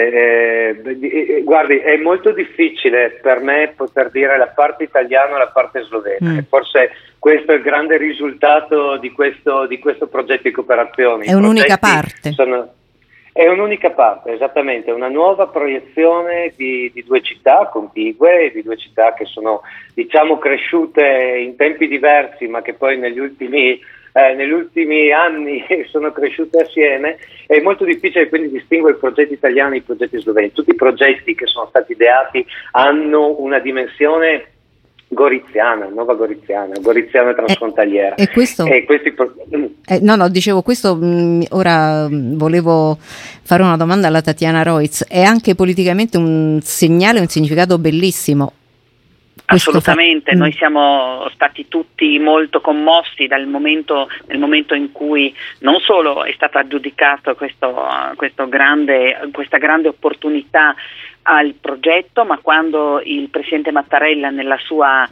eh, guardi, è molto difficile per me poter dire la parte italiana o la parte slovena, mm. e forse questo è il grande risultato di questo, di questo progetto di cooperazione. È un'unica parte. Sono, è un'unica parte, esattamente, una nuova proiezione di, di due città contigue, di due città che sono, diciamo, cresciute in tempi diversi, ma che poi negli ultimi Eh, negli ultimi anni sono cresciute assieme. È molto difficile quindi distinguere i progetti italiani e i progetti sloveni. Tutti i progetti che sono stati ideati hanno una dimensione goriziana, nuova goriziana, goriziana transfrontaliera. E, e questo? E questi pro- eh, no, no, dicevo questo, mh, ora mh, volevo fare una domanda alla Tatiana Roitz. È anche politicamente un segnale, un significato bellissimo. Assolutamente, fa... noi siamo stati tutti molto commossi dal momento, nel momento in cui non solo è stato aggiudicato questo, questo grande, questa grande opportunità al progetto, ma quando il presidente Mattarella nella sua,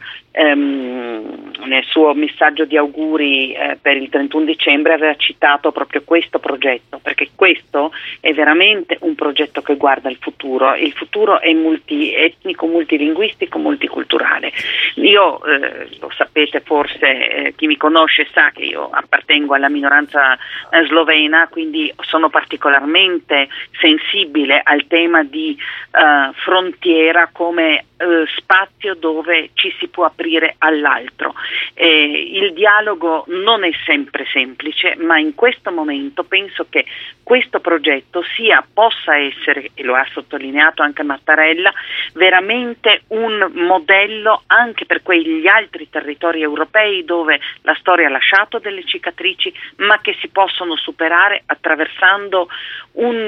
ehm, nel suo messaggio di auguri eh, per il trentuno dicembre aveva citato proprio questo progetto, perché questo è veramente un progetto che guarda il futuro. Il futuro è multietnico, multilinguistico, multiculturale. Io, eh, lo sapete forse, eh, chi mi conosce sa che io appartengo alla minoranza eh, slovena, quindi sono particolarmente sensibile al tema di Uh, frontiera come eh, spazio dove ci si può aprire all'altro. Eh, il dialogo non è sempre semplice, ma in questo momento penso che questo progetto sia, possa essere, e lo ha sottolineato anche Mattarella, veramente un modello anche per quegli altri territori europei dove la storia ha lasciato delle cicatrici, ma che si possono superare attraversando un...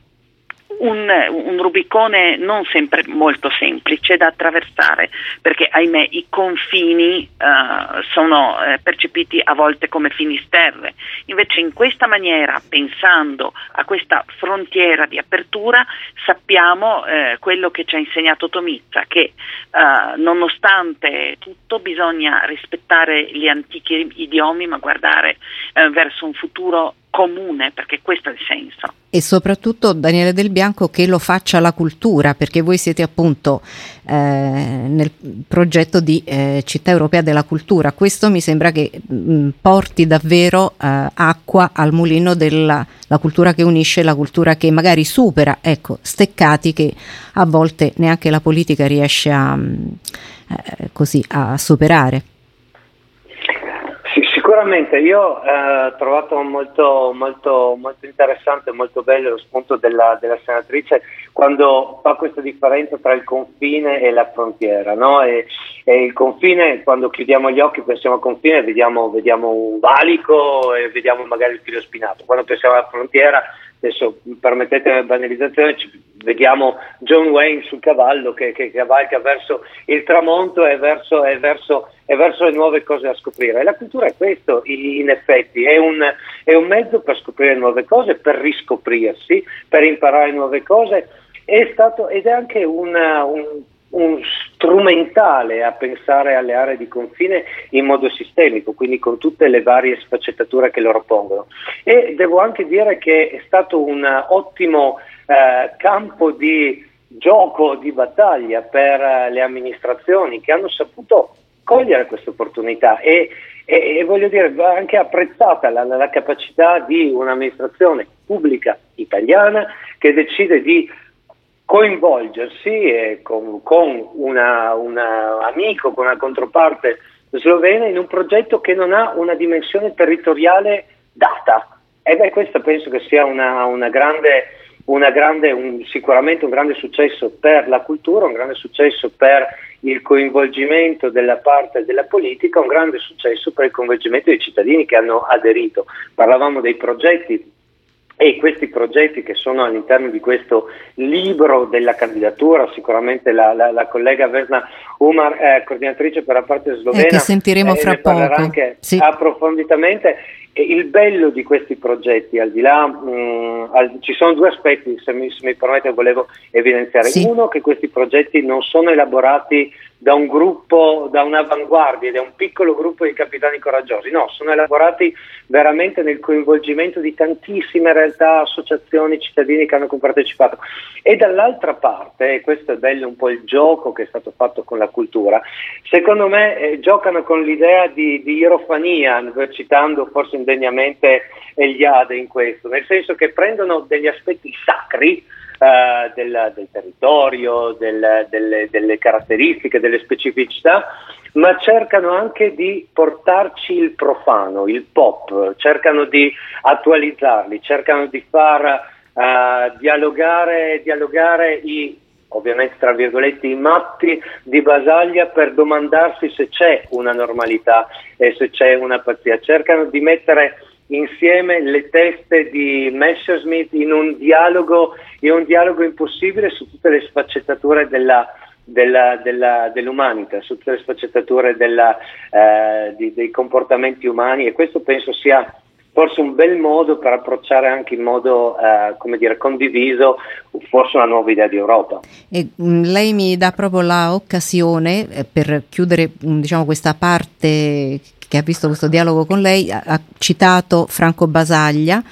Un, un Rubicone non sempre molto semplice da attraversare, perché ahimè i confini uh, sono uh, percepiti a volte come finisterre. Invece in questa maniera, pensando a questa frontiera di apertura, sappiamo uh, quello che ci ha insegnato Tomizza, che uh, nonostante tutto bisogna rispettare gli antichi idiomi, ma guardare uh, verso un futuro comune, perché questo è il senso. E soprattutto, Daniele Del Bianco, che lo faccia la cultura, perché voi siete appunto eh, nel progetto di eh, Città Europea della Cultura. Questo mi sembra che mh, porti davvero eh, acqua al mulino della la cultura che unisce, la cultura che magari supera, ecco, steccati che a volte neanche la politica riesce a eh, così a superare. Sicuramente, io ho eh, trovato molto, molto, molto interessante e molto bello lo spunto della, della senatrice quando fa questa differenza tra il confine e la frontiera, no? E, e il confine, quando chiudiamo gli occhi pensiamo al confine, vediamo, vediamo un valico e vediamo magari il filo spinato. Quando pensiamo alla frontiera, adesso permettete la banalizzazione, vediamo John Wayne sul cavallo che, che cavalca verso il tramonto e verso, e, verso, e verso le nuove cose da scoprire. E la cultura è questo, in effetti, è un, è un mezzo per scoprire nuove cose, per riscoprirsi, per imparare nuove cose. È stato, ed è anche una, un, un strumentale a pensare alle aree di confine in modo sistemico, quindi con tutte le varie sfaccettature che loro pongono. E devo anche dire che è stato un ottimo eh, campo di gioco, di battaglia per uh, le amministrazioni che hanno saputo cogliere questa opportunità e, e, e voglio dire, va anche apprezzata la, la capacità di un'amministrazione pubblica italiana che decide di coinvolgersi e con, con una, una amico, con una controparte slovena in un progetto che non ha una dimensione territoriale data. E beh, questo penso che sia una, una grande, una grande un, sicuramente un grande successo per la cultura, un grande successo per il coinvolgimento della parte della politica, un grande successo per il coinvolgimento dei cittadini che hanno aderito. Parlavamo dei progetti. E questi progetti che sono all'interno di questo libro della candidatura, sicuramente la, la, la collega Vesna Umar, eh, coordinatrice per la parte slovena, eh, che sentiremo eh, fra ne parlerà poco. Anche sì. approfonditamente. E il bello di questi progetti, al di là, mh, al, ci sono due aspetti, se mi, se mi permette, volevo evidenziare. Sì. Uno, che questi progetti non sono elaborati da un gruppo, da un'avanguardia, da un piccolo gruppo di capitani coraggiosi, no, sono elaborati veramente nel coinvolgimento di tantissime realtà, associazioni, cittadini che hanno partecipato. E dall'altra parte, e questo è bello un po' il gioco che è stato fatto con la cultura, secondo me eh, giocano con l'idea di, di irofania, citando forse indegnamente Eliade in questo, nel senso che prendono degli aspetti sacri Uh, del, del territorio, del, delle, delle caratteristiche, delle specificità, ma cercano anche di portarci il profano, il pop, cercano di attualizzarli, cercano di far uh, dialogare, dialogare i, ovviamente tra virgolette, i matti di Basaglia per domandarsi se c'è una normalità e se c'è una pazzia, cercano di mettere insieme le teste di Messerschmitt in un dialogo, in un dialogo impossibile su tutte le sfaccettature della, della, della, dell'umanità, su tutte le sfaccettature della, eh, di, dei comportamenti umani, e questo penso sia forse un bel modo per approcciare anche in modo eh, come dire condiviso forse una nuova idea di Europa. E mh, lei mi dà proprio l'occasione eh, per chiudere mh, diciamo questa parte che ha visto questo dialogo con lei, ha, ha citato Franco Basaglia,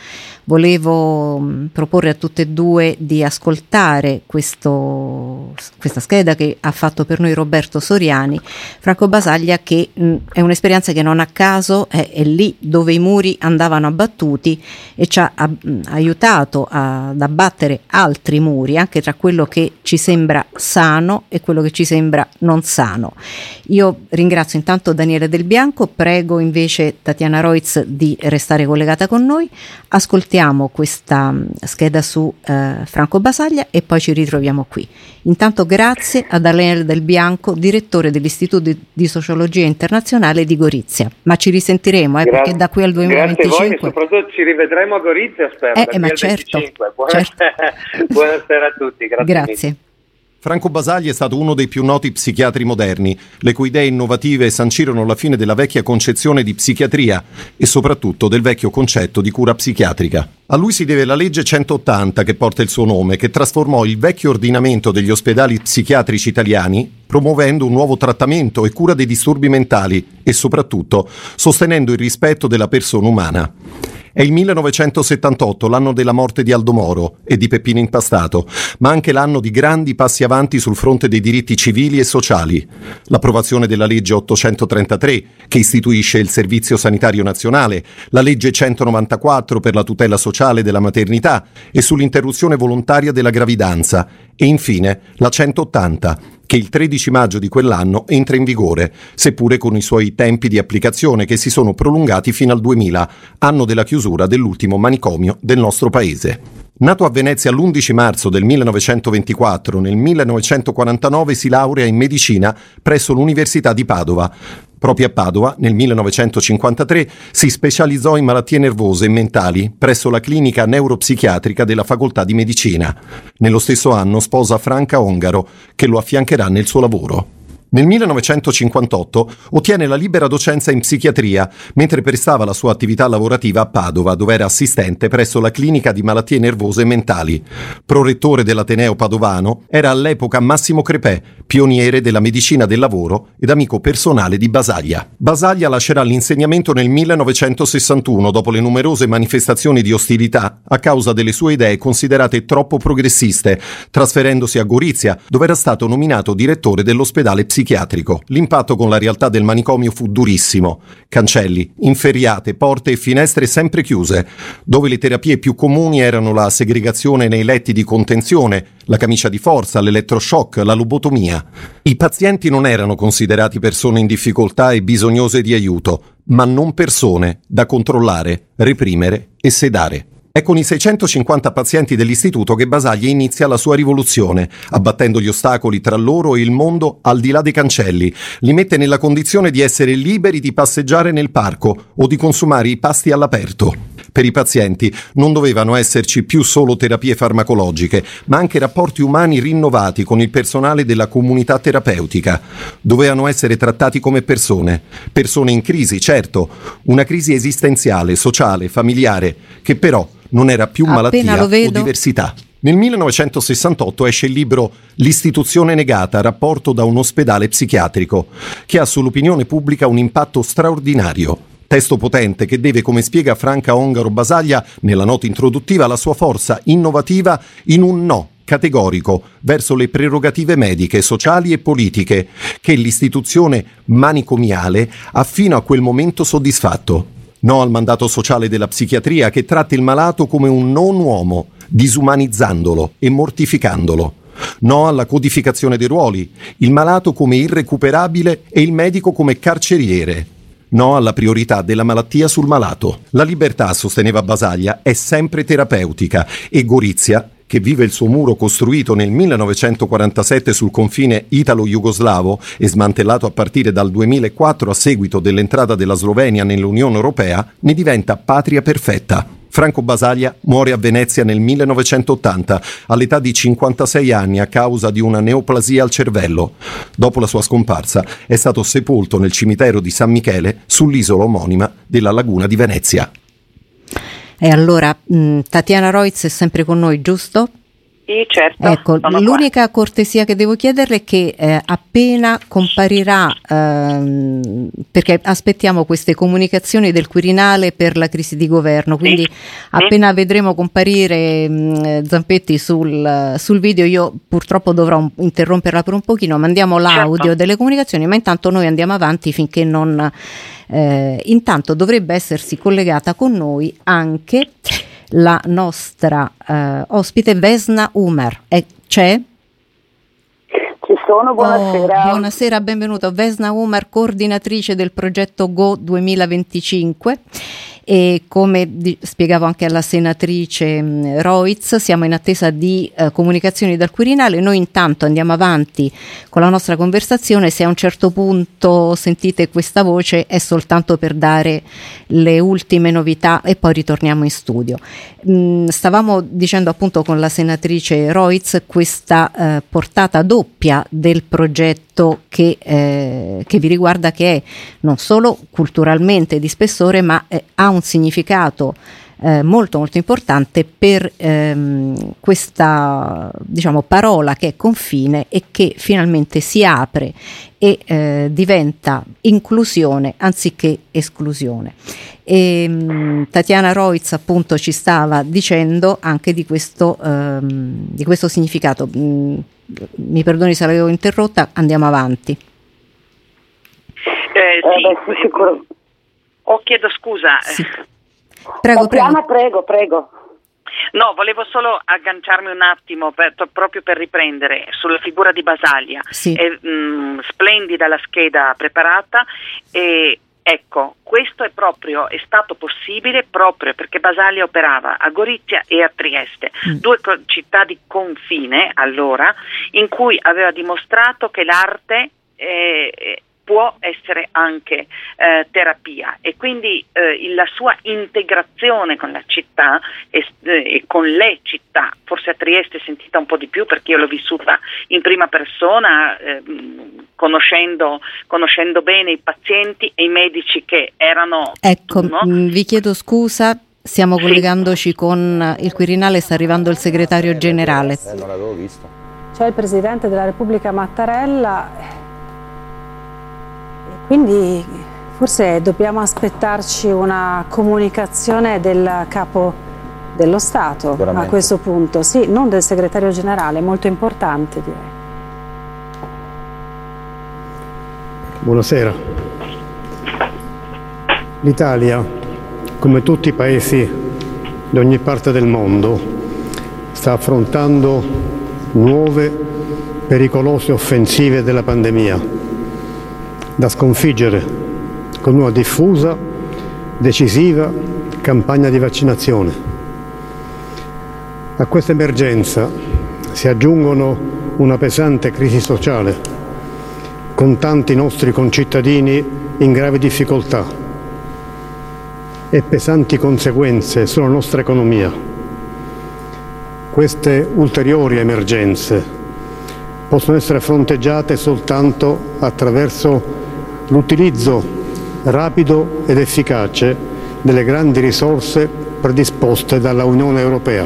volevo mh, proporre a tutte e due di ascoltare questo, questa scheda che ha fatto per noi Roberto Soriani, Franco Basaglia, che mh, è un'esperienza che non a caso è, è lì dove i muri andavano abbattuti e ci ha a, mh, aiutato a, ad abbattere altri muri, anche tra quello che ci sembra sano e quello che ci sembra non sano. Io ringrazio intanto Daniele Del Bianco, prego invece Tatiana Roitz di restare collegata con noi, ascoltiamo questa scheda su eh, Franco Basaglia e poi ci ritroviamo qui. Intanto grazie a Daniele Del Bianco, direttore dell'Istituto di, di Sociologia Internazionale di Gorizia, ma ci risentiremo eh, Grazie. perché da qui al duemilaventicinque Grazie a voi e soprattutto ci rivedremo a Gorizia, spero. Eh, da eh, ma qui al certo, venticinque. Buonasera, certo. buonasera a tutti, grazie. Grazie. Franco Basaglia è stato uno dei più noti psichiatri moderni, le cui idee innovative sancirono la fine della vecchia concezione di psichiatria e soprattutto del vecchio concetto di cura psichiatrica. A lui si deve la legge centottanta che porta il suo nome, che trasformò il vecchio ordinamento degli ospedali psichiatrici italiani, promuovendo un nuovo trattamento e cura dei disturbi mentali e soprattutto sostenendo il rispetto della persona umana. È il millenovecentosettantotto, l'anno della morte di Aldo Moro e di Peppino Impastato, ma anche l'anno di grandi passi avanti sul fronte dei diritti civili e sociali. L'approvazione della legge ottocentotrentatré, che istituisce il Servizio Sanitario Nazionale, la legge centonovantaquattro per la tutela sociale della maternità e sull'interruzione volontaria della gravidanza, e infine la centottanta, che il tredici maggio di quell'anno entra in vigore, seppure con i suoi tempi di applicazione che si sono prolungati fino al duemila, anno della chiusura dell'ultimo manicomio del nostro paese. Nato a Venezia l'undici marzo del millenovecentoventiquattro, nel millenovecentoquarantanove si laurea in medicina presso l'Università di Padova. Proprio a Padova, nel millenovecentocinquantatré, si specializzò in malattie nervose e mentali presso la clinica neuropsichiatrica della Facoltà di Medicina. Nello stesso anno sposa Franca Ongaro, che lo affiancherà nel suo lavoro. Nel millenovecentocinquantotto ottiene la libera docenza in psichiatria, mentre prestava la sua attività lavorativa a Padova, dove era assistente presso la clinica di malattie nervose e mentali. Prorettore dell'Ateneo Padovano era all'epoca Massimo Crepè, pioniere della medicina del lavoro ed amico personale di Basaglia. Basaglia lascerà l'insegnamento nel millenovecentosessantuno dopo le numerose manifestazioni di ostilità a causa delle sue idee considerate troppo progressiste, trasferendosi a Gorizia, dove era stato nominato direttore dell'ospedale psichiatrico. psichiatrico. L'impatto con la realtà del manicomio fu durissimo. Cancelli, inferriate, porte e finestre sempre chiuse, dove le terapie più comuni erano la segregazione nei letti di contenzione, la camicia di forza, l'elettroshock, la lobotomia. I pazienti non erano considerati persone in difficoltà e bisognose di aiuto, ma non persone da controllare, reprimere e sedare. È con i seicentocinquanta pazienti dell'istituto che Basaglia inizia la sua rivoluzione, abbattendo gli ostacoli tra loro e il mondo al di là dei cancelli. Li mette nella condizione di essere liberi di passeggiare nel parco o di consumare i pasti all'aperto. Per i pazienti non dovevano esserci più solo terapie farmacologiche, ma anche rapporti umani rinnovati con il personale della comunità terapeutica. Dovevano essere trattati come persone. Persone in crisi, certo, una crisi esistenziale, sociale, familiare, che però non era più malattia o diversità. Nel millenovecentosessantotto esce il libro L'istituzione negata, rapporto da un ospedale psichiatrico, che ha sull'opinione pubblica un impatto straordinario. Testo potente che deve, come spiega Franca Ongaro Basaglia nella nota introduttiva, la sua forza innovativa in un no categorico verso le prerogative mediche, sociali e politiche che l'istituzione manicomiale ha fino a quel momento soddisfatto. No al mandato sociale della psichiatria che tratta il malato come un non uomo, disumanizzandolo e mortificandolo. No alla codificazione dei ruoli, il malato come irrecuperabile e il medico come carceriere. No alla priorità della malattia sul malato. La libertà, sosteneva Basaglia, è sempre terapeutica e Gorizia, che vive il suo muro costruito nel millenovecentoquarantasette sul confine italo-jugoslavo e smantellato a partire dal duemilaquattro a seguito dell'entrata della Slovenia nell'Unione Europea, ne diventa patria perfetta. Franco Basaglia muore a Venezia nel millenovecentottanta, all'età di cinquantasei anni a causa di una neoplasia al cervello. Dopo la sua scomparsa è stato sepolto nel cimitero di San Michele sull'isola omonima della laguna di Venezia. E allora mh, Tatiana Roitz è sempre con noi, giusto? Sì, certo. Ecco, sono l'unica qua. cortesia che devo chiederle è che eh, appena comparirà, ehm, perché aspettiamo queste comunicazioni del Quirinale per la crisi di governo, quindi sì. appena sì. vedremo comparire mh, Zampetti sul, sul video, io purtroppo dovrò un, interromperla per un pochino, mandiamo l'audio certo. delle comunicazioni, ma intanto noi andiamo avanti finché non... Eh, intanto dovrebbe essersi collegata con noi anche la nostra eh, ospite Vesna Umer. Eh, c'è? Ci sono, buonasera. Oh, buonasera, benvenuta. Vesna Umer, coordinatrice del progetto Go duemilaventicinque. E come di, spiegavo anche alla senatrice mh, Roitz, siamo in attesa di eh, comunicazioni dal Quirinale. Noi intanto andiamo avanti con la nostra conversazione. Se a un certo punto sentite questa voce è soltanto per dare le ultime novità e poi ritorniamo in studio. Mh, stavamo dicendo appunto con la senatrice Roitz questa eh, portata doppia del progetto che, eh, che vi riguarda, che è non solo culturalmente di spessore, ma eh, ha un un significato eh, molto molto importante per ehm, questa, diciamo, parola che è confine e che finalmente si apre e eh, diventa inclusione anziché esclusione. E, mh, Tatiana Roitz appunto ci stava dicendo anche di questo, ehm, di questo significato. Mh, mi perdoni se l'avevo interrotta, andiamo avanti. Eh, sì. Eh, beh, sicuro. Oh, chiedo scusa. Sì. Prego, Tatiana, prego. prego, prego. No, volevo solo agganciarmi un attimo per, proprio per riprendere sulla figura di Basaglia. Sì. È mh, splendida la scheda preparata e ecco, questo è proprio è stato possibile proprio perché Basaglia operava a Gorizia e a Trieste, mm. due co- città di confine allora, in cui aveva dimostrato che l'arte eh, può essere anche eh, terapia e quindi eh, la sua integrazione con la città e, eh, e con le città, forse a Trieste è sentita un po' di più perché io l'ho vissuta in prima persona, eh, conoscendo, conoscendo bene i pazienti e i medici che erano... Ecco, no? mh, vi chiedo scusa, stiamo sì. collegandoci con il Quirinale, sta arrivando il segretario generale. Eh, non l'avevo visto. C'è il Presidente della Repubblica Mattarella... Quindi forse dobbiamo aspettarci una comunicazione del capo dello Stato a questo punto, sì, non del segretario generale, molto importante direi. Buonasera. L'Italia, come tutti i paesi di ogni parte del mondo, sta affrontando nuove pericolose offensive della pandemia, da sconfiggere con una diffusa, decisiva campagna di vaccinazione. A questa emergenza si aggiungono una pesante crisi sociale, con tanti nostri concittadini in grave difficoltà e pesanti conseguenze sulla nostra economia. Queste ulteriori emergenze possono essere fronteggiate soltanto attraverso l'utilizzo rapido ed efficace delle grandi risorse predisposte dalla Unione Europea.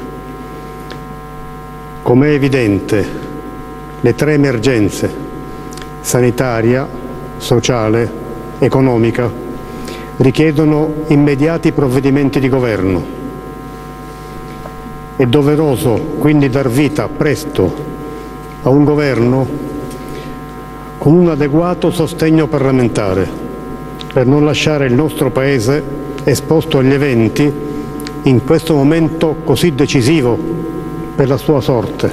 Come è evidente, le tre emergenze, sanitaria, sociale, economica, richiedono immediati provvedimenti di governo. È doveroso quindi dar vita presto a un governo con un adeguato sostegno parlamentare per non lasciare il nostro Paese esposto agli eventi in questo momento così decisivo per la sua sorte.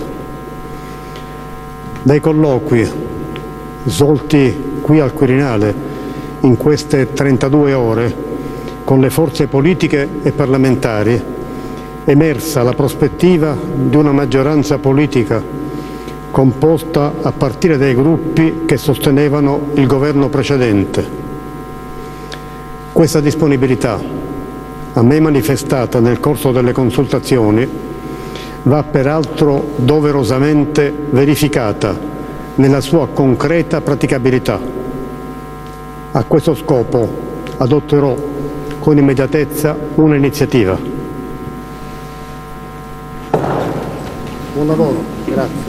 Dai colloqui svolti qui al Quirinale in queste trentadue ore con le forze politiche e parlamentari è emersa la prospettiva di una maggioranza politica composta a partire dai gruppi che sostenevano il governo precedente. Questa disponibilità, a me manifestata nel corso delle consultazioni, va peraltro doverosamente verificata nella sua concreta praticabilità. A questo scopo adotterò con immediatezza un'iniziativa. Buon lavoro, grazie.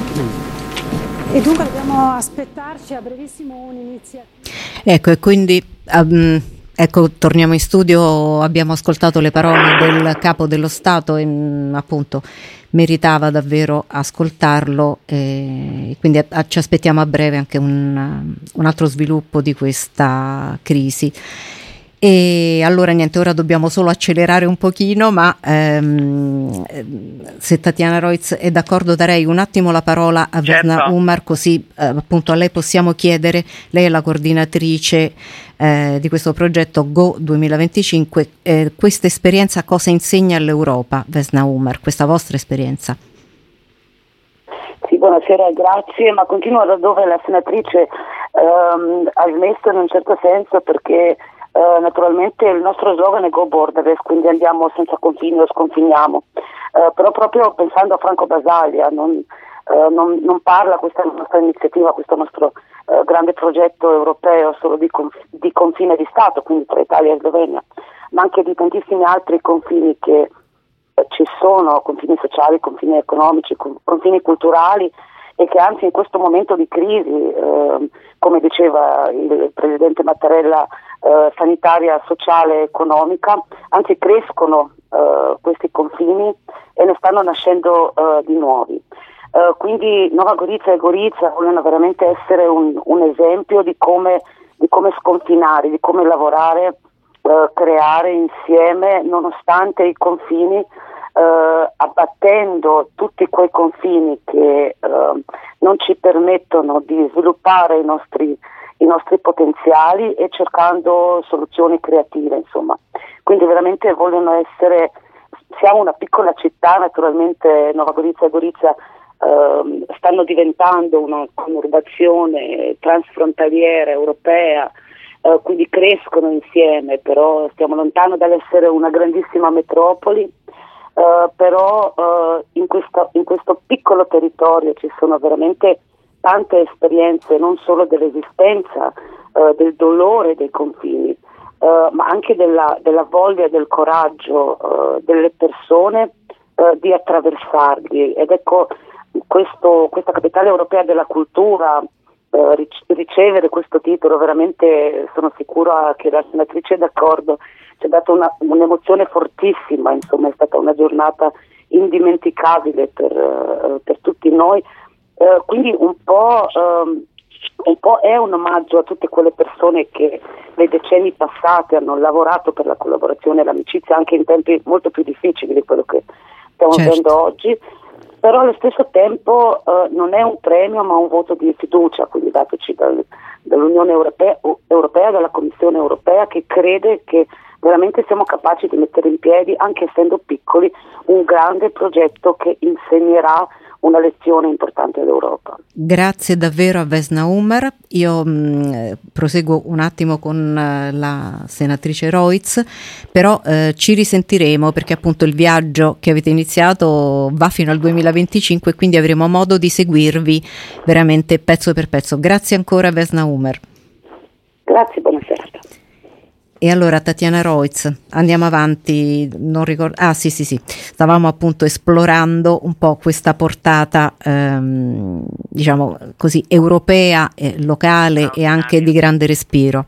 E dunque dobbiamo aspettarci a brevissimo un'iniziativa. Ecco, e quindi um, ecco, torniamo in studio, abbiamo ascoltato le parole del Capo dello Stato e mh, appunto meritava davvero ascoltarlo, e quindi a, a, ci aspettiamo a breve anche un, un altro sviluppo di questa crisi. E allora niente, ora dobbiamo solo accelerare un pochino, ma ehm, se Tatiana Rojc è d'accordo darei un attimo la parola a Vesna Certo. Umar, così eh, appunto a lei possiamo chiedere, lei è la coordinatrice eh, di questo progetto Go duemilaventicinque, eh, questa esperienza cosa insegna all'Europa, Vesna Umar, questa vostra esperienza? Sì, buonasera, grazie, ma continuo da dove la senatrice ehm, ha smesso in un certo senso, perché Uh, naturalmente il nostro slogan è Go Borderless, quindi andiamo senza confini o sconfiniamo, uh, però proprio pensando a Franco Basaglia non, uh, non, non parla questa nostra iniziativa, questo nostro uh, grande progetto europeo solo di, conf- di confine di Stato, quindi tra Italia e Slovenia, ma anche di tantissimi altri confini che uh, ci sono, confini sociali, confini economici, confini culturali, e che anzi in questo momento di crisi, eh, come diceva il Presidente Mattarella, eh, sanitaria, sociale, economica, anzi crescono eh, questi confini e ne stanno nascendo eh, di nuovi. Eh, quindi Nova Gorica e Gorica vogliono veramente essere un, un esempio di come, di come sconfinare, di come lavorare, eh, creare insieme nonostante i confini, Uh, abbattendo tutti quei confini che uh, non ci permettono di sviluppare i nostri, i nostri potenziali e cercando soluzioni creative, insomma. Quindi veramente vogliono essere, siamo una piccola città, naturalmente Nova Gorica e Gorica uh, stanno diventando una conurbazione transfrontaliera europea, uh, quindi crescono insieme, però stiamo lontano dall'essere una grandissima metropoli. Uh, però uh, in, questo, in questo piccolo territorio ci sono veramente tante esperienze, non solo dell'esistenza, uh, del dolore dei confini, uh, ma anche della, della voglia e del coraggio uh, delle persone uh, di attraversarli. Ed ecco, questo, questa capitale europea della cultura, uh, ric- ricevere questo titolo, veramente sono sicura che la senatrice è d'accordo. Ci ha dato una, un'emozione fortissima, insomma è stata una giornata indimenticabile per, uh, per tutti noi, uh, quindi un po', um, un po' è un omaggio a tutte quelle persone che nei decenni passati hanno lavorato per la collaborazione e l'amicizia anche in tempi molto più difficili di quello che stiamo Certo. vivendo oggi, però allo stesso tempo uh, non è un premio ma un voto di fiducia, quindi dateci dal, dall'Unione Europea, Europea, dalla Commissione Europea, che crede che veramente siamo capaci di mettere in piedi, anche essendo piccoli, un grande progetto che insegnerà una lezione importante all'Europa. Grazie davvero a Vesna Umar. Io mh, proseguo un attimo con uh, la senatrice Rojc, però uh, ci risentiremo perché appunto il viaggio che avete iniziato va fino al duemilaventicinque, quindi avremo modo di seguirvi veramente pezzo per pezzo. Grazie ancora Vesna Umar. Grazie, buonasera. E allora Tatiana Rojc, andiamo avanti, non ricordo, ah sì sì sì, stavamo appunto esplorando un po' questa portata ehm, diciamo così europea, eh, locale e anche di grande respiro.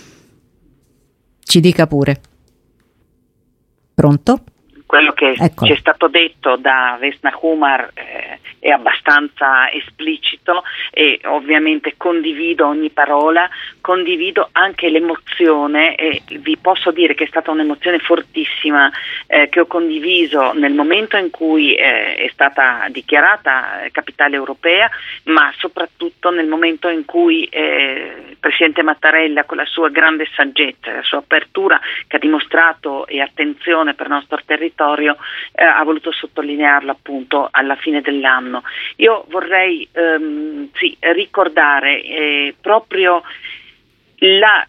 Ci dica pure. Pronto? Quello che Ecco. ci è stato detto da Vesna Umar eh, è abbastanza esplicito e ovviamente condivido ogni parola, condivido anche l'emozione e vi posso dire che è stata un'emozione fortissima eh, che ho condiviso nel momento in cui eh, è stata dichiarata eh, capitale europea, ma soprattutto nel momento in cui eh, il Presidente Mattarella, con la sua grande saggezza, la sua apertura che ha dimostrato e attenzione per il nostro territorio, eh, ha voluto sottolinearlo appunto alla fine dell'anno. Io vorrei ehm, sì, ricordare eh, proprio la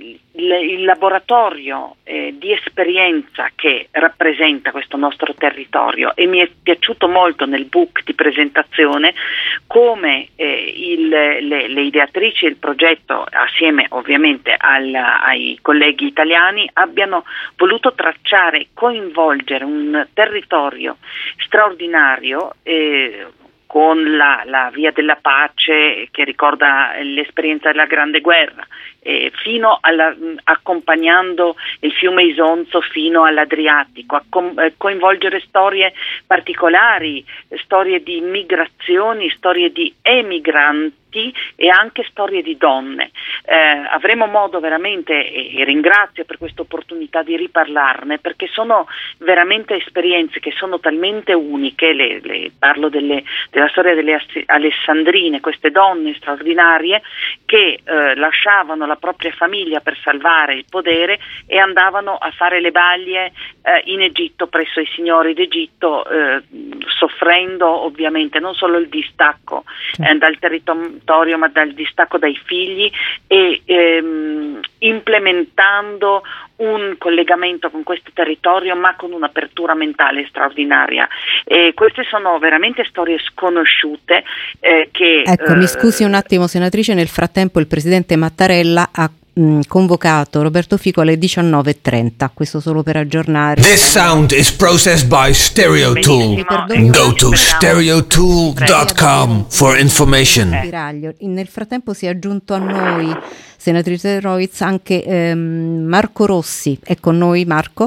il laboratorio eh, di esperienza che rappresenta questo nostro territorio, e mi è piaciuto molto nel book di presentazione come eh, il, le, le ideatrici del progetto, assieme ovviamente al, ai colleghi italiani, abbiano voluto tracciare e coinvolgere un territorio straordinario eh, con la, la via della pace che ricorda l'esperienza della Grande Guerra, eh, fino alla, accompagnando il fiume Isonzo fino all'Adriatico, a com- eh, coinvolgere storie particolari, storie di migrazioni, storie di emigranti e anche storie di donne. Eh, avremo modo veramente, e, e ringrazio per questa opportunità di riparlarne, perché sono veramente esperienze che sono talmente uniche. Le, le, parlo delle, della storia delle Alessandrine, queste donne straordinarie che eh, lasciavano la propria famiglia per salvare il podere e andavano a fare le baglie eh, in Egitto presso i signori d'Egitto, eh, soffrendo ovviamente non solo il distacco eh, dal territorio ma dal distacco dai figli, e ehm, implementando un collegamento con questo territorio ma con un'apertura mentale straordinaria. E queste sono veramente storie sconosciute eh, che ecco eh, mi scusi un attimo senatrice, nel frattempo il presidente Mattarella ha mh, convocato Roberto Fico alle diciannove e trenta, questo solo per aggiornare. This sound is processed by Stereotool. Go to stereotool dot com for information. Nel frattempo si è aggiunto a noi, senatrice Reuss, anche ehm, Marco Rossi. È con noi Marco?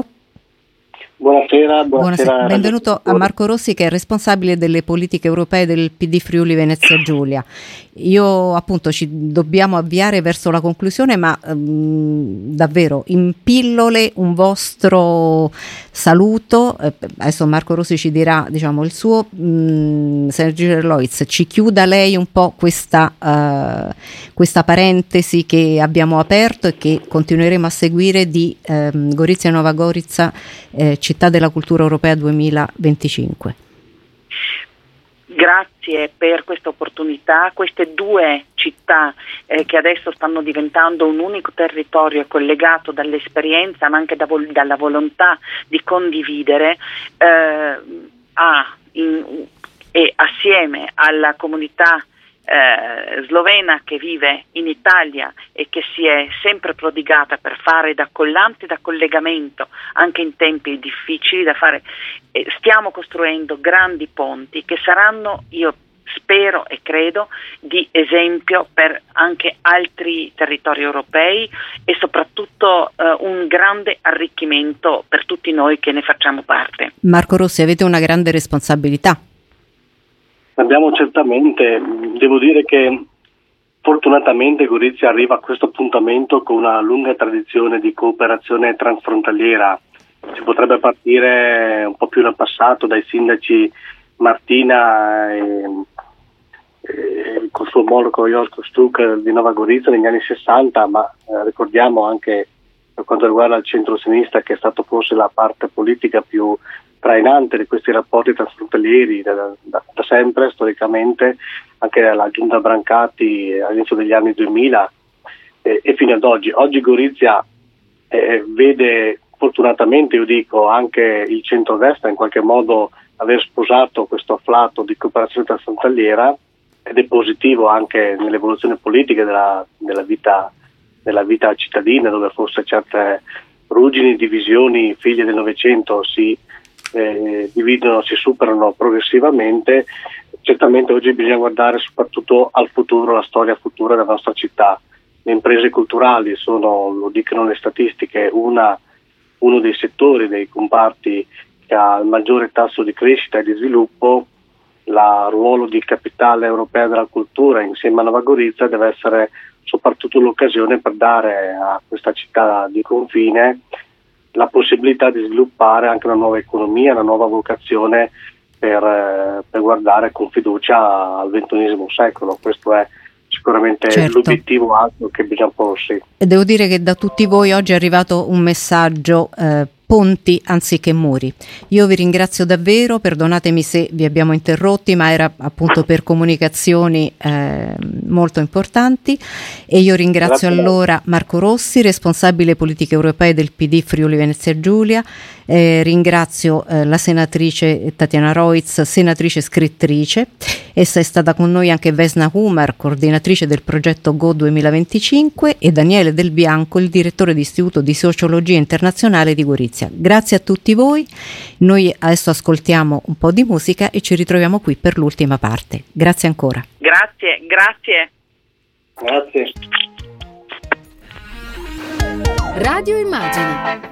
Buonasera, buonasera. Buonasera. Benvenuto a Marco Rossi, che è responsabile delle politiche europee del P D Friuli Venezia Giulia. Io appunto ci dobbiamo avviare verso la conclusione, ma ehm, davvero in pillole un vostro saluto. Eh, adesso Marco Rossi ci dirà, diciamo, il suo. Mh, senatrice Reuss, ci chiuda lei un po' questa, uh, questa parentesi che abbiamo aperto e che continueremo a seguire di ehm, Gorizia e Nova Gorica, eh, Città della Cultura Europea duemilaventicinque. Grazie per questa opportunità. Queste due città eh, che adesso stanno diventando un unico territorio collegato dall'esperienza ma anche da vol- dalla volontà di condividere, eh, ha in, e assieme alla comunità Eh, slovena che vive in Italia e che si è sempre prodigata per fare da collante, da collegamento anche in tempi difficili da fare, eh, stiamo costruendo grandi ponti che saranno, io spero e credo, di esempio per anche altri territori europei e soprattutto eh, un grande arricchimento per tutti noi che ne facciamo parte. Marco Rossi, avete una grande responsabilità. Abbiamo certamente, devo dire che fortunatamente Gorizia arriva a questo appuntamento con una lunga tradizione di cooperazione transfrontaliera. Si potrebbe partire un po' più nel passato dai sindaci Martina e, e col suo omologo Josko Stuk di Nova Gorizia negli anni sessanta, ma eh, ricordiamo anche per quanto riguarda il centro-sinistra, che è stato forse la parte politica più trainante di questi rapporti transfrontalieri da, da, da sempre, storicamente, anche alla giunta Brancati all'inizio degli anni duemila eh, e fino ad oggi. Oggi Gorizia eh, vede fortunatamente, io dico, anche il centrodestra in qualche modo aver sposato questo afflato di cooperazione transfrontaliera, ed è positivo anche nell'evoluzione politica della, della vita della vita cittadina, dove forse certe ruggini, divisioni figlie del Novecento si eh, dividono, si superano progressivamente. Certamente oggi bisogna guardare soprattutto al futuro, alla storia futura della nostra città. Le imprese culturali sono, lo dicono le statistiche, una, uno dei settori, dei comparti che ha il maggiore tasso di crescita e di sviluppo. Il ruolo di capitale europea della cultura insieme a Nova Gorizia deve essere soprattutto l'occasione per dare a questa città di confine la possibilità di sviluppare anche una nuova economia, una nuova vocazione per, per guardare con fiducia al ventunesimo secolo. Questo è sicuramente certo. l'obiettivo alto che bisogna porsi. E devo dire che da tutti voi oggi è arrivato un messaggio eh, ponti anziché muri. Io vi ringrazio davvero, perdonatemi se vi abbiamo interrotti, ma era appunto per comunicazioni eh, molto importanti, e io ringrazio Grazie. allora Marco Rossi, responsabile politiche europee del P D Friuli Venezia Giulia, eh, ringrazio eh, la senatrice Tatiana Roitz, senatrice scrittrice. Essa è stata con noi anche Vesna Humar, coordinatrice del progetto Go duemilaventicinque, e Daniele Del Bianco, il direttore di Istituto di Sociologia Internazionale di Gorizia. Grazie a tutti voi, noi adesso ascoltiamo un po' di musica e ci ritroviamo qui per l'ultima parte. Grazie ancora. Grazie, grazie. Grazie. Radio Immagina.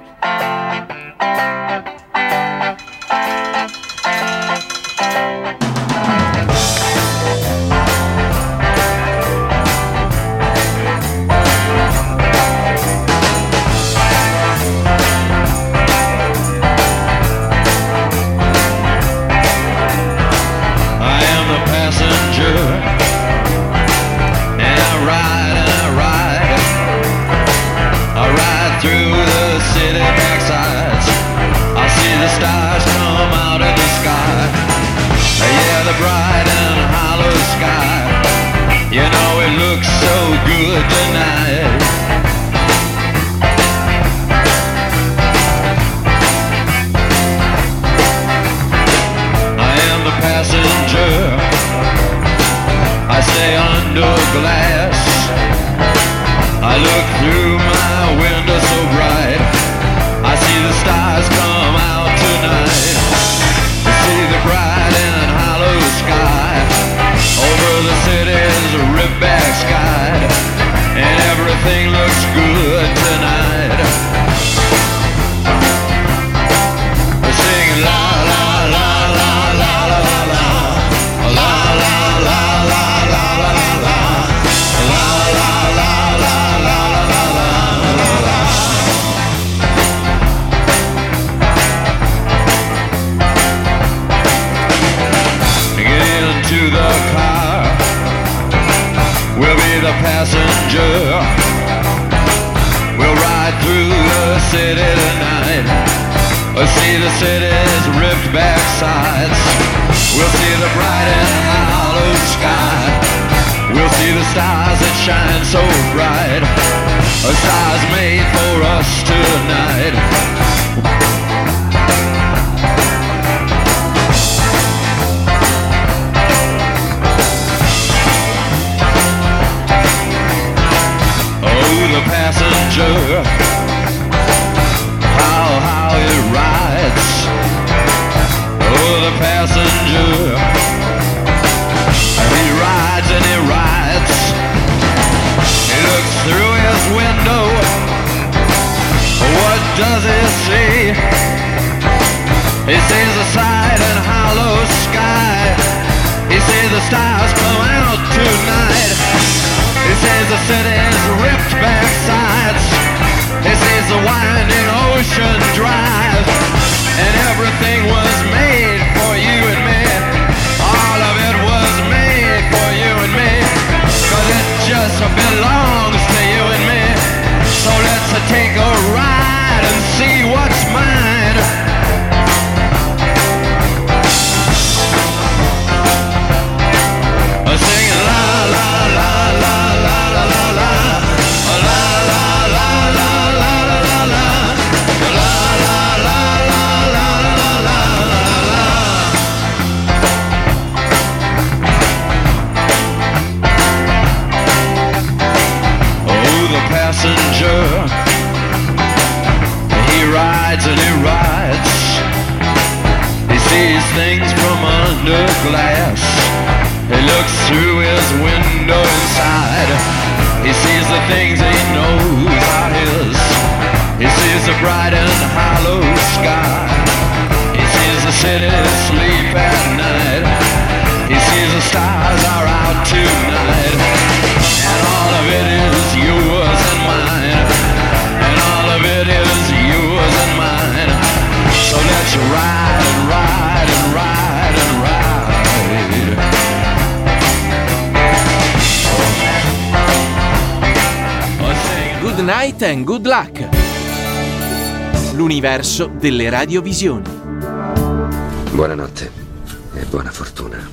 And good luck. l'universo delle radiovisioni. Buonanotte e buona fortuna.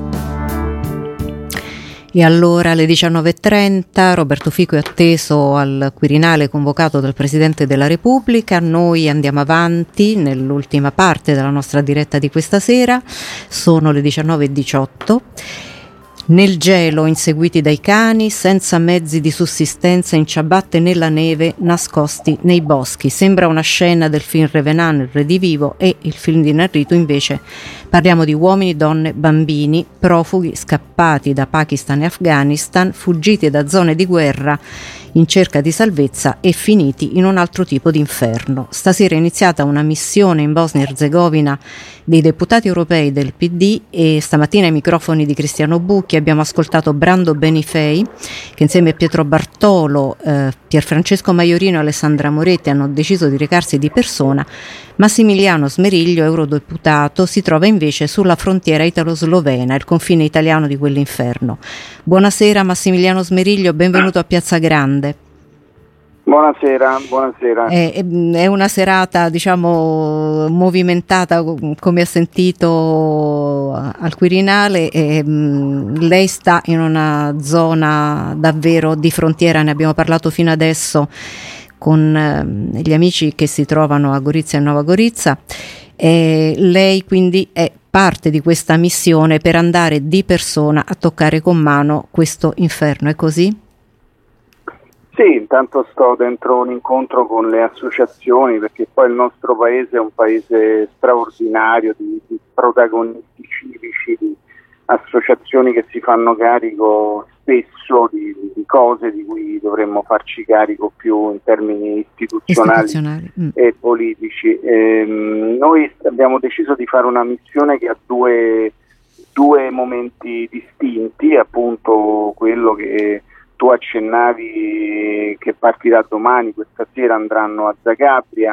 E allora alle diciannove e trenta Roberto Fico è atteso al Quirinale convocato dal Presidente della Repubblica. Noi andiamo avanti nell'ultima parte della nostra diretta di questa sera, sono le diciannove e diciotto. Nel gelo, inseguiti dai cani, senza mezzi di sussistenza, in ciabatte nella neve, nascosti nei boschi. Sembra una scena del film Revenant, il Redivivo, e il film di Inarritu invece parliamo di uomini, donne, bambini, profughi scappati da Pakistan e Afghanistan, fuggiti da zone di guerra in cerca di salvezza e finiti in un altro tipo di inferno. Stasera è iniziata una missione in Bosnia e Erzegovina dei deputati europei del P D e stamattina ai microfoni di Cristiano Bucchi abbiamo ascoltato Brando Benifei, che insieme a Pietro Bartolo, eh, Pierfrancesco Maiorino e Alessandra Moretti hanno deciso di recarsi di persona. Massimiliano Smeriglio, eurodeputato, si trova invece sulla frontiera italo-slovena, il confine italiano di quell'inferno. Buonasera Massimiliano Smeriglio, benvenuto a Piazza Grande. Buonasera, buonasera. È, è una serata, diciamo, movimentata, come ha sentito al Quirinale, e mh, lei sta in una zona davvero di frontiera, ne abbiamo parlato fino adesso con eh, gli amici che si trovano a Gorizia e Nova Gorizia. E lei quindi è parte di questa missione per andare di persona a toccare con mano questo inferno, è così? Sì, intanto sto dentro un incontro con le associazioni, perché poi il nostro paese è un paese straordinario di, di protagonisti civici, di associazioni che si fanno carico spesso di, di cose di cui dovremmo farci carico più in termini istituzionali, istituzionali. Mm. e politici. Ehm, noi abbiamo deciso di fare una missione che ha due, due momenti distinti, appunto quello che tu accennavi che partirà domani, questa sera andranno a Zagabria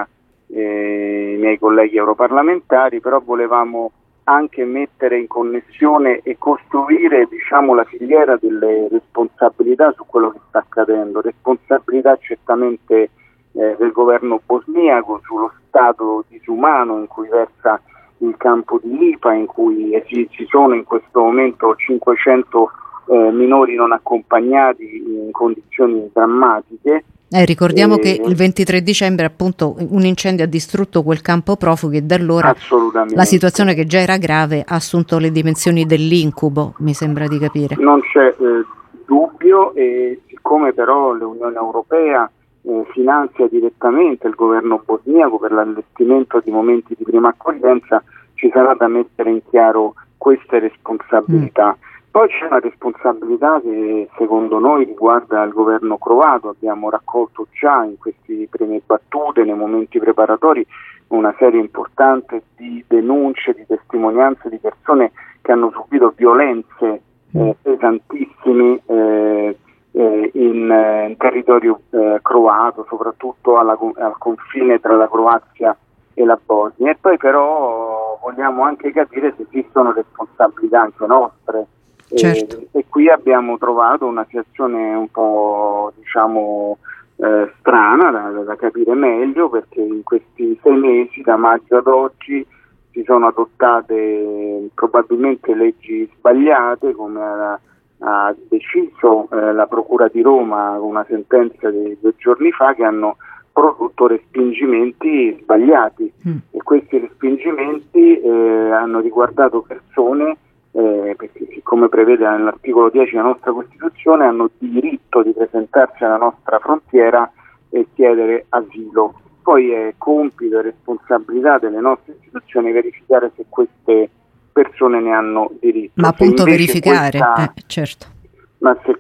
eh, i miei colleghi europarlamentari, però volevamo anche mettere in connessione e costruire, diciamo, la filiera delle responsabilità su quello che sta accadendo, responsabilità certamente eh, del governo bosniaco sullo stato disumano in cui versa il campo di Lipa, in cui eh, ci, ci sono in questo momento cinquecento Eh, minori non accompagnati in condizioni drammatiche. Eh, ricordiamo eh, che il ventitré dicembre appunto un incendio ha distrutto quel campo profughi e da allora la situazione, che già era grave, ha assunto le dimensioni dell'incubo, mi sembra di capire. Non c'è eh, dubbio, e siccome però l'Unione Europea eh, finanzia direttamente il governo bosniaco per l'allestimento di momenti di prima accoglienza, ci sarà da mettere in chiaro queste responsabilità. Mm. Poi c'è una responsabilità che secondo noi riguarda il governo croato. Abbiamo raccolto già in queste prime battute, nei momenti preparatori, una serie importante di denunce, di testimonianze di persone che hanno subito violenze eh, pesantissime eh, eh, in, eh, in territorio eh, croato, soprattutto alla, al confine tra la Croazia e la Bosnia. E poi però vogliamo anche capire se esistono responsabilità anche nostre. Certo. E, e qui abbiamo trovato una situazione un po', diciamo, eh, strana da, da capire meglio, perché in questi sei mesi, da maggio ad oggi, si sono adottate probabilmente leggi sbagliate, come ha, ha deciso eh, la Procura di Roma con una sentenza di due giorni fa, che hanno prodotto respingimenti sbagliati. Mm. E questi respingimenti eh, hanno riguardato persone Eh, perché siccome prevede nell'articolo dieci della nostra Costituzione, hanno diritto di presentarsi alla nostra frontiera e chiedere asilo. Poi è compito e responsabilità delle nostre istituzioni verificare se queste persone ne hanno diritto. Ma appunto verificare, questa, eh, certo. Ma se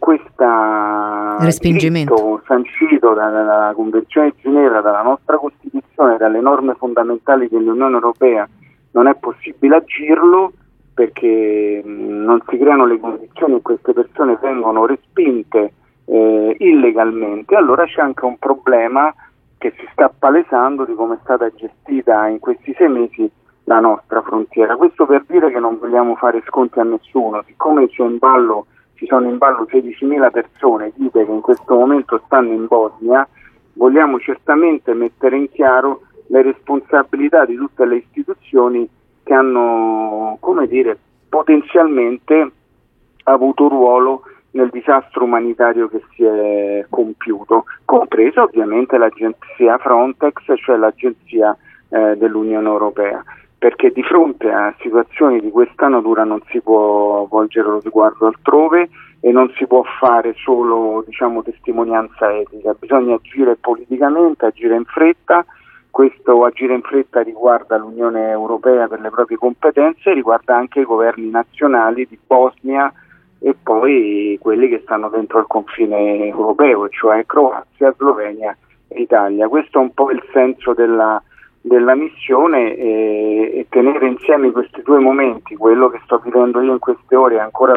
questo respingimento sancito dalla, dalla Convenzione di Ginevra, dalla nostra Costituzione, dalle norme fondamentali dell'Unione Europea, non è possibile agirlo, perché non si creano le condizioni e queste persone vengono respinte eh, illegalmente, allora c'è anche un problema che si sta palesando di come è stata gestita in questi sei mesi la nostra frontiera. Questo per dire che non vogliamo fare sconti a nessuno, siccome c'è in ballo, ci sono in ballo sedicimila persone, dite, che in questo momento stanno in Bosnia, vogliamo certamente mettere in chiaro le responsabilità di tutte le istituzioni che hanno, come dire, potenzialmente avuto un ruolo nel disastro umanitario che si è compiuto, compresa ovviamente l'agenzia Frontex, cioè l'agenzia eh, dell'Unione Europea, perché di fronte a situazioni di questa natura non si può volgere lo sguardo altrove e non si può fare solo, diciamo, testimonianza etica, bisogna agire politicamente, agire in fretta. Questo agire in fretta riguarda l'Unione Europea per le proprie competenze, riguarda anche i governi nazionali di Bosnia e poi quelli che stanno dentro il confine europeo, cioè Croazia, Slovenia e Italia. Questo è un po' il senso della, della missione, e, e tenere insieme questi due momenti, quello che sto vivendo io in queste ore ancora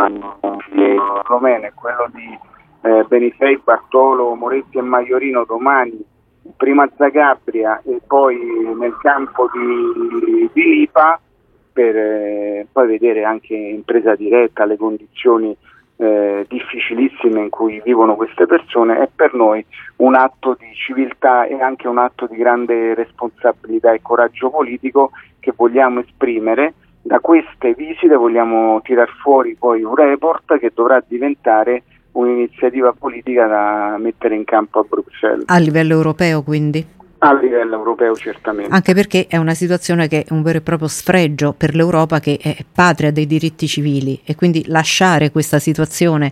romeno e quello di eh, Benifei, Bartolo, Moretti e Maiorino domani, prima a Zagabria e poi nel campo di, di Lipa, per eh, poi vedere anche in presa diretta le condizioni eh, difficilissime in cui vivono queste persone, è per noi un atto di civiltà e anche un atto di grande responsabilità e coraggio politico che vogliamo esprimere. Da queste visite vogliamo tirar fuori poi un report che dovrà diventare un'iniziativa politica da mettere in campo a Bruxelles. A livello europeo, quindi? A livello europeo, certamente. Anche perché è una situazione che è un vero e proprio sfregio per l'Europa, che è patria dei diritti civili, e quindi lasciare questa situazione